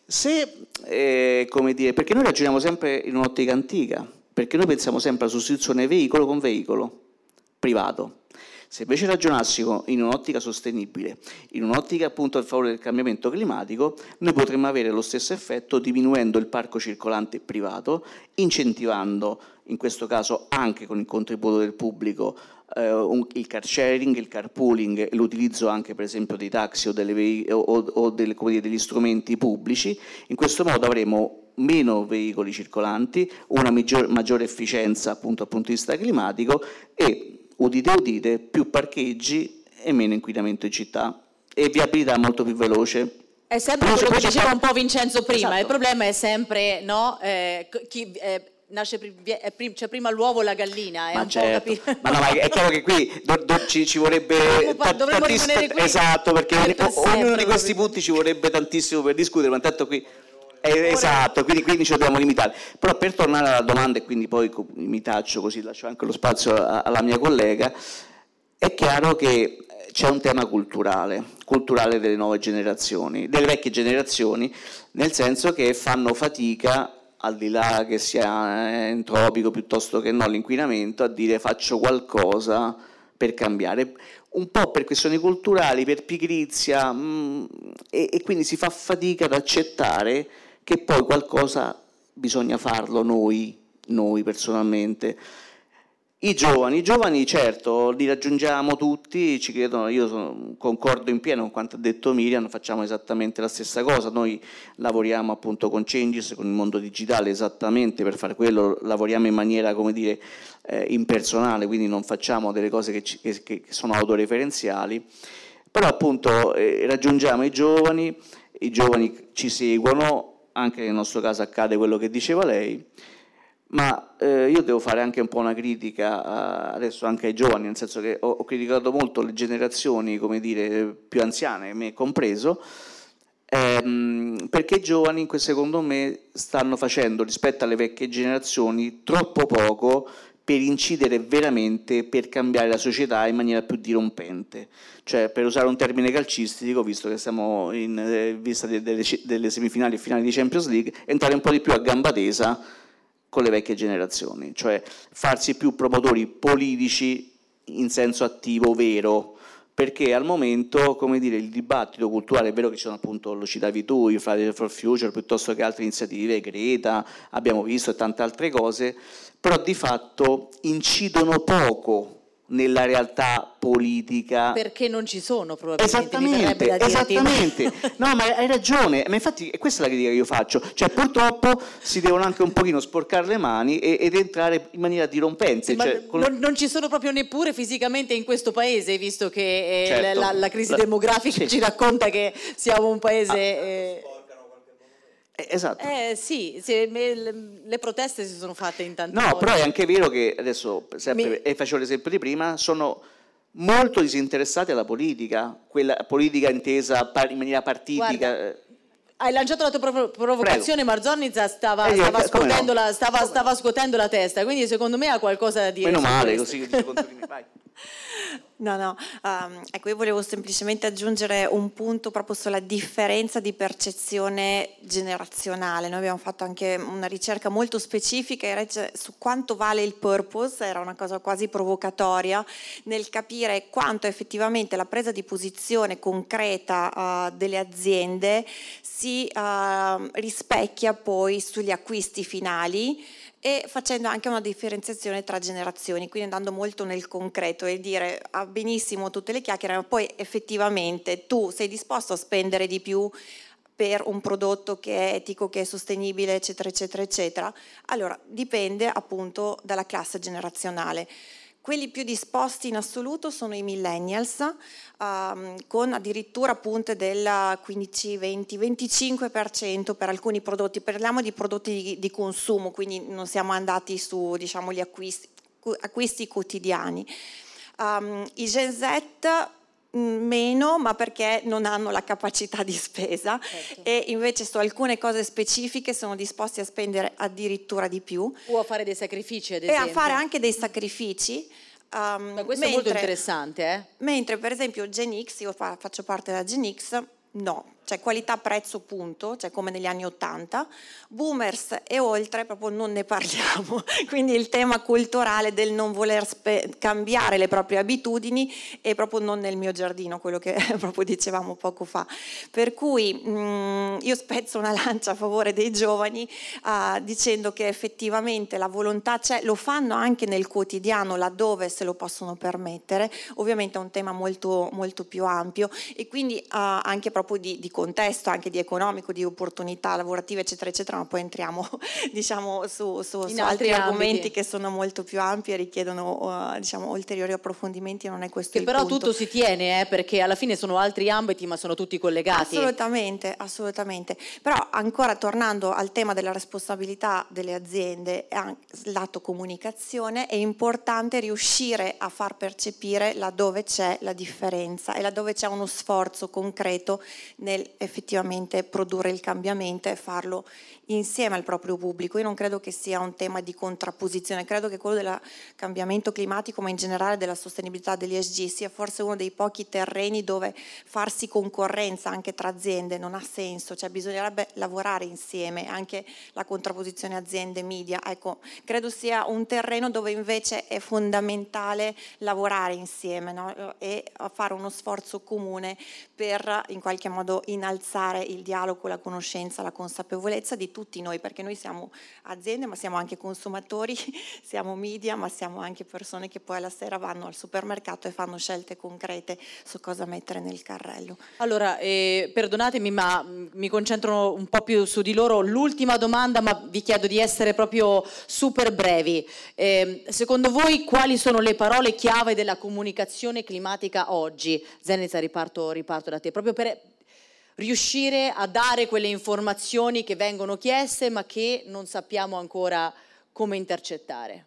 Perché noi ragioniamo sempre in un'ottica antica, perché noi pensiamo sempre alla sostituzione veicolo con veicolo privato. Se invece ragionassimo in un'ottica sostenibile, in un'ottica appunto a favore del cambiamento climatico, noi potremmo avere lo stesso effetto diminuendo il parco circolante privato, incentivando, in questo caso anche con il contributo del pubblico, il car sharing, il carpooling e l'utilizzo anche per esempio dei taxi o degli strumenti pubblici. In questo modo avremo meno veicoli circolanti, una maggiore efficienza appunto dal punto di vista climatico e, udite, più parcheggi e meno inquinamento in città e viabilità molto più veloce. È sempre quello che diceva un po' Vincenzo prima, esatto. Il problema è sempre, no? C'è prima l'uovo o la gallina, è un certo. po' capire. Ma è chiaro che qui ci vorrebbe dovremmo rimanere qui. Esatto, perché ognuno di questi punti ci vorrebbe tantissimo per discutere, ma intanto qui esatto, quindi ci dobbiamo limitare. Però per tornare alla domanda, e quindi poi mi taccio così lascio anche lo spazio alla mia collega, è chiaro che c'è un tema culturale delle nuove generazioni, delle vecchie generazioni, nel senso che fanno fatica, al di là che sia entropico piuttosto che no l'inquinamento, a dire faccio qualcosa per cambiare, un po' per questioni culturali, per pigrizia, e quindi si fa fatica ad accettare che poi qualcosa bisogna farlo noi personalmente. I giovani certo, li raggiungiamo tutti, ci credono, io concordo in pieno con quanto ha detto Miriam, facciamo esattamente la stessa cosa, noi lavoriamo appunto con Changes, con il mondo digitale esattamente per fare quello, lavoriamo in maniera impersonale, quindi non facciamo delle cose che sono autoreferenziali, però appunto raggiungiamo i giovani ci seguono, anche nel nostro caso accade quello che diceva lei. Ma io devo fare anche un po' una critica adesso anche ai giovani, nel senso che ho criticato molto le generazioni, più anziane, me compreso, perché i giovani, secondo me, stanno facendo rispetto alle vecchie generazioni troppo poco per incidere veramente, per cambiare la società in maniera più dirompente. Cioè, per usare un termine calcistico, visto che siamo in vista delle semifinali e finali di Champions League, entrare un po' di più a gamba tesa con le vecchie generazioni, cioè farsi più promotori politici in senso attivo vero, perché al momento, il dibattito culturale, è vero che ci sono appunto, lo citavi tu, i Friday for Future, piuttosto che altre iniziative, Greta, abbiamo visto e tante altre cose, però di fatto incidono poco nella realtà politica. Perché non ci sono probabilmente. Esattamente. No, ma hai ragione, ma infatti questa è la critica che io faccio, cioè purtroppo si devono anche un pochino sporcare le mani ed entrare in maniera dirompente. Sì, non ci sono proprio neppure fisicamente in questo paese, visto che certo. la crisi demografica ci racconta che siamo un paese... Esatto. Sì, le proteste si sono fatte in tanti modi. No, però è anche vero che adesso, e facevo l'esempio di prima, sono molto disinteressati alla politica, quella politica intesa in maniera partitica. Guarda, hai lanciato la tua provocazione, Marzorniza stava scuotendo la testa, quindi secondo me ha qualcosa da dire. Meno male, così dice contro di me. Vai. No, ecco, io volevo semplicemente aggiungere un punto proprio sulla differenza di percezione generazionale. Noi abbiamo fatto anche una ricerca molto specifica su quanto vale il purpose, era una cosa quasi provocatoria, nel capire quanto effettivamente la presa di posizione concreta delle aziende si rispecchia poi sugli acquisti finali, e facendo anche una differenziazione tra generazioni, quindi andando molto nel concreto e dire benissimo tutte le chiacchiere, ma poi effettivamente tu sei disposto a spendere di più per un prodotto che è etico, che è sostenibile, eccetera, eccetera, eccetera. Allora dipende appunto dalla classe generazionale. Quelli più disposti in assoluto sono i millennials, con addirittura punte del 15, 20, 25% per alcuni prodotti. Parliamo di prodotti di consumo, quindi non siamo andati su, diciamo, gli acquisti quotidiani. I Gen Z meno, ma perché non hanno la capacità di spesa, certo. E invece su alcune cose specifiche sono disposti a spendere addirittura di più. O a fare dei sacrifici, ad esempio. E a fare anche dei sacrifici. Ma questo è molto interessante. Mentre per esempio Gen X, io faccio parte della Gen X, no, cioè qualità-prezzo punto, cioè come negli anni '80, boomers e oltre proprio non ne parliamo, quindi il tema culturale del non voler cambiare le proprie abitudini è proprio non nel mio giardino, quello che proprio dicevamo poco fa, per cui io spezzo una lancia a favore dei giovani dicendo che effettivamente la volontà c'è, lo fanno anche nel quotidiano laddove se lo possono permettere, ovviamente è un tema molto, molto più ampio e quindi anche proprio di contesto, anche di economico, di opportunità lavorative eccetera eccetera, ma poi entriamo diciamo su altri argomenti che sono molto più ampi e richiedono diciamo ulteriori approfondimenti, non è questo il però punto. Tutto si tiene perché alla fine sono altri ambiti ma sono tutti collegati. Assolutamente, però ancora tornando al tema della responsabilità delle aziende e anche lato comunicazione, è importante riuscire a far percepire laddove c'è la differenza e laddove c'è uno sforzo concreto nel effettivamente produrre il cambiamento e farlo insieme al proprio pubblico. Io non credo che sia un tema di contrapposizione, credo che quello del cambiamento climatico, ma in generale della sostenibilità degli ESG, sia forse uno dei pochi terreni dove farsi concorrenza anche tra aziende non ha senso, cioè bisognerebbe lavorare insieme, anche la contrapposizione aziende-media, ecco, credo sia un terreno dove invece è fondamentale lavorare insieme, no? E fare uno sforzo comune per in qualche modo innalzare il dialogo, la conoscenza, la consapevolezza di tutti noi, perché noi siamo aziende ma siamo anche consumatori, siamo media ma siamo anche persone che poi alla sera vanno al supermercato e fanno scelte concrete su cosa mettere nel carrello. Allora, perdonatemi ma mi concentro un po' più su di loro. L'ultima domanda, ma vi chiedo di essere proprio super brevi. Secondo voi quali sono le parole chiave della comunicazione climatica oggi? Zenica, riparto da te, proprio per riuscire a dare quelle informazioni che vengono chieste ma che non sappiamo ancora come intercettare.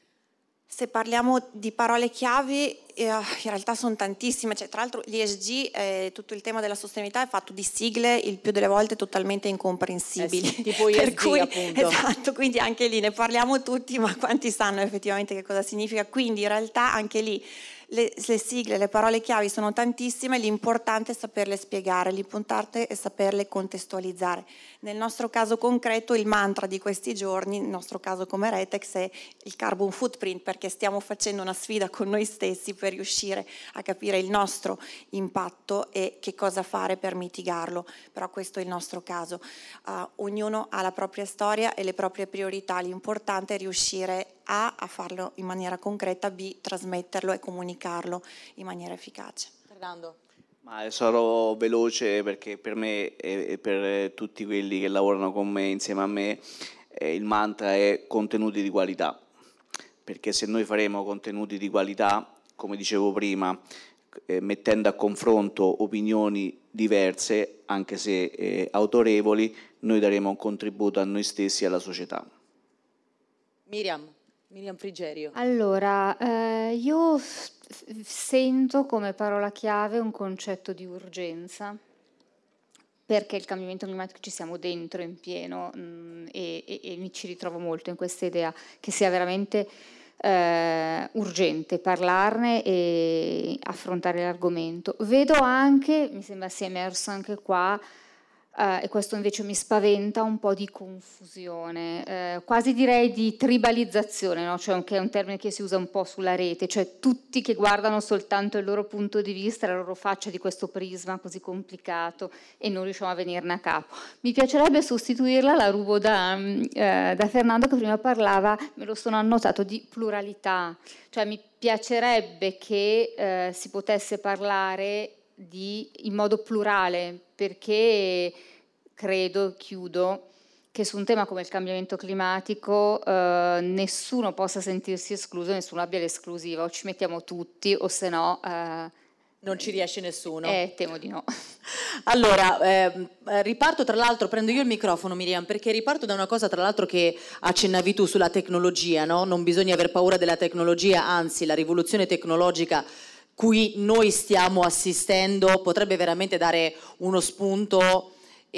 Se parliamo di parole chiavi, in realtà sono tantissime, cioè, tra l'altro l'ESG, tutto il tema della sostenibilità è fatto di sigle il più delle volte totalmente incomprensibili. Sì, tipo ESG appunto. Esatto, quindi anche lì ne parliamo tutti, ma quanti sanno effettivamente che cosa significa? Quindi in realtà anche lì le sigle, le parole chiavi sono tantissime, l'importante è saperle spiegare, l'importante è saperle contestualizzare. Nel nostro caso concreto il mantra di questi giorni, nel nostro caso come Retex, è il carbon footprint, perché stiamo facendo una sfida con noi stessi per riuscire a capire il nostro impatto e che cosa fare per mitigarlo, però questo è il nostro caso. Ognuno ha la propria storia e le proprie priorità, l'importante è riuscire a farlo in maniera concreta, B, trasmetterlo e comunicarlo in maniera efficace. Fernando. Ma sarò veloce perché per me e per tutti quelli che lavorano con me, insieme a me, il mantra è contenuti di qualità, perché se noi faremo contenuti di qualità, come dicevo prima, mettendo a confronto opinioni diverse, anche se autorevoli, noi daremo un contributo a noi stessi e alla società. Miriam Frigerio. Allora, io sento come parola chiave un concetto di urgenza, perché il cambiamento climatico ci siamo dentro in pieno e mi ci ritrovo molto in questa idea che sia veramente urgente parlarne e affrontare l'argomento. Vedo anche, mi sembra sia emerso anche qua, e questo invece mi spaventa, un po' di confusione, quasi direi di tribalizzazione, no? Cioè, che è un termine che si usa un po' sulla rete, cioè tutti che guardano soltanto il loro punto di vista, la loro faccia di questo prisma così complicato e non riusciamo a venirne a capo. Mi piacerebbe sostituirla, la rubo da Fernando che prima parlava, me lo sono annotato, di pluralità, cioè mi piacerebbe che si potesse parlare in modo plurale, perché credo, chiudo, che su un tema come il cambiamento climatico nessuno possa sentirsi escluso, nessuno abbia l'esclusiva, o ci mettiamo tutti o se no... non ci riesce nessuno. Temo di no. Allora, riparto tra l'altro, prendo io il microfono Miriam, perché riparto da una cosa tra l'altro che accennavi tu sulla tecnologia, no? Non bisogna aver paura della tecnologia, anzi la rivoluzione tecnologica cui noi stiamo assistendo potrebbe veramente dare uno spunto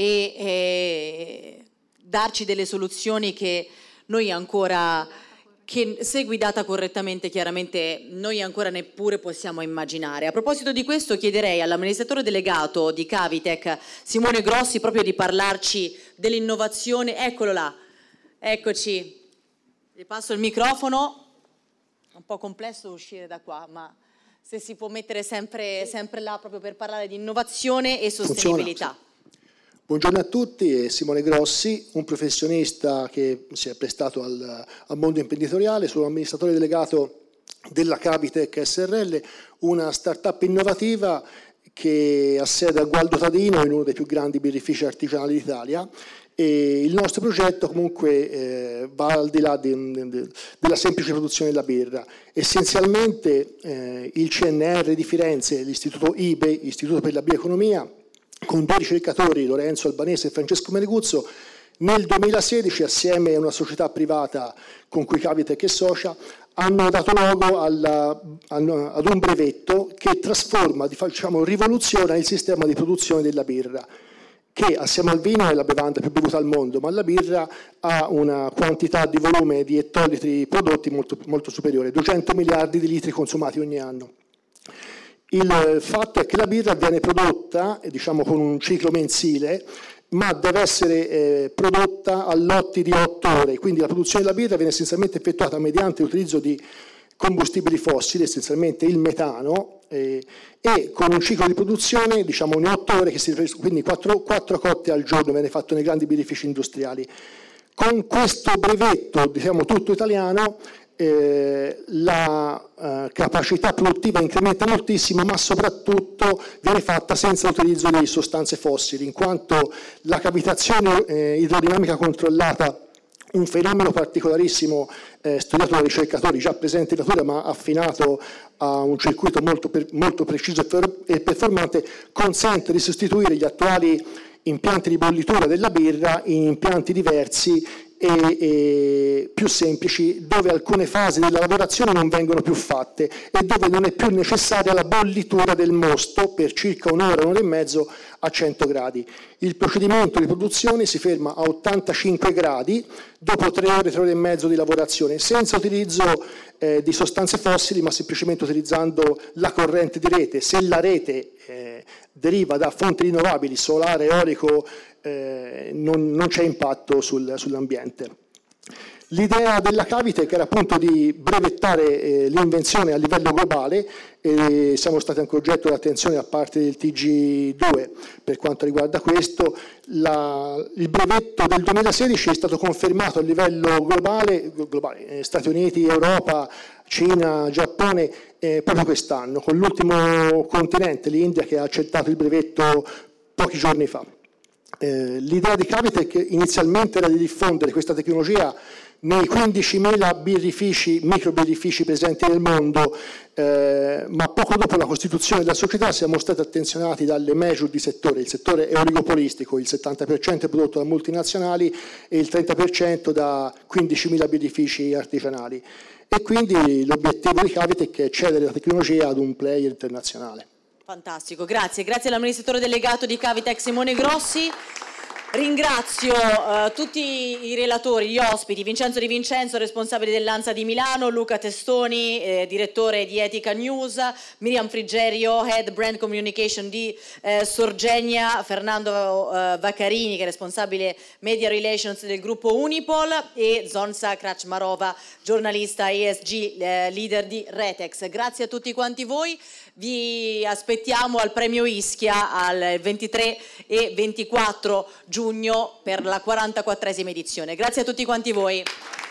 e darci delle soluzioni che noi ancora, che se guidata correttamente chiaramente noi ancora neppure possiamo immaginare. A proposito di questo chiederei all'amministratore delegato di Cavitec, Simone Grossi, proprio di parlarci dell'innovazione. Eccolo là, eccoci, gli passo il microfono, è un po' complesso uscire da qua, ma se si può mettere sempre là proprio per parlare di innovazione e sostenibilità. Funziona. Buongiorno a tutti, Simone Grossi, un professionista che si è prestato al mondo imprenditoriale, sono amministratore delegato della Cavitec SRL, una startup innovativa che ha sede a Gualdo Tadino, in uno dei più grandi birrifici artigianali d'Italia, e il nostro progetto comunque va al di là della semplice produzione della birra. Essenzialmente il CNR di Firenze, l'istituto IBE, Istituto per la Bioeconomia, con 12 ricercatori, Lorenzo Albanese e Francesco Meneguzzo, nel 2016 assieme a una società privata con cui Cavitec è socia hanno dato luogo ad un brevetto che trasforma, diciamo, rivoluziona il sistema di produzione della birra, che assieme al vino è la bevanda più bevuta al mondo, ma la birra ha una quantità di volume di ettolitri prodotti molto, molto superiore, 200 miliardi di litri consumati ogni anno. Il fatto è che la birra viene prodotta, diciamo, con un ciclo mensile, ma deve essere prodotta a lotti di 8 ore, quindi la produzione della birra viene essenzialmente effettuata mediante l'utilizzo di combustibili fossili, essenzialmente il metano, e con un ciclo di produzione, diciamo, in 8 ore, quindi 4 cotte al giorno viene fatto nei grandi birrifici industriali. Con questo brevetto, diciamo, tutto italiano, la capacità produttiva incrementa moltissimo, ma soprattutto viene fatta senza l'utilizzo di sostanze fossili, in quanto la cavitazione idrodinamica controllata, un fenomeno particolarissimo studiato da ricercatori già presenti in natura ma affinato a un circuito molto preciso e performante, consente di sostituire gli attuali impianti di bollitura della birra in impianti diversi e più semplici, dove alcune fasi della lavorazione non vengono più fatte e dove non è più necessaria la bollitura del mosto per circa un'ora, un'ora e mezzo a 100 gradi. Il procedimento di produzione si ferma a 85 gradi dopo 3 ore, 3 ore e mezzo di lavorazione, senza utilizzo di sostanze fossili, ma semplicemente utilizzando la corrente di rete. Se la rete deriva da fonti rinnovabili, solare, eolico, non c'è impatto sull'ambiente. L'idea della Cavitec era appunto di brevettare l'invenzione a livello globale e siamo stati anche oggetto di attenzione da parte del TG2 per quanto riguarda questo. Il brevetto del 2016 è stato confermato a livello globale, Stati Uniti, Europa, Cina, Giappone, proprio quest'anno, con l'ultimo continente, l'India, che ha accettato il brevetto pochi giorni fa. L'idea di Cavitec inizialmente era di diffondere questa tecnologia nei 15.000 birrifici, microbirrifici presenti nel mondo, ma poco dopo la costituzione della società siamo stati attenzionati dalle major di settore. Il settore è oligopolistico, il 70% è prodotto da multinazionali e il 30% da 15.000 birrifici artigianali. E quindi l'obiettivo di Cavitec è cedere la tecnologia ad un player internazionale. Fantastico, grazie all'amministratore delegato di Cavitec Simone Grossi. Ringrazio tutti i relatori, gli ospiti, Vincenzo Di Vincenzo, responsabile dell'ANSA di Milano, Luca Testoni, direttore di Etica News, Miriam Frigerio, Head Brand Communication di Sorgenia, Fernando Vaccarini, che è responsabile Media Relations del gruppo Unipol, e Zonsa Krachmarova, giornalista ESG, leader di Retex. Grazie a tutti quanti voi. Vi aspettiamo al premio Ischia al 23 e 24 giugno per la 44esima edizione. Grazie a tutti quanti voi.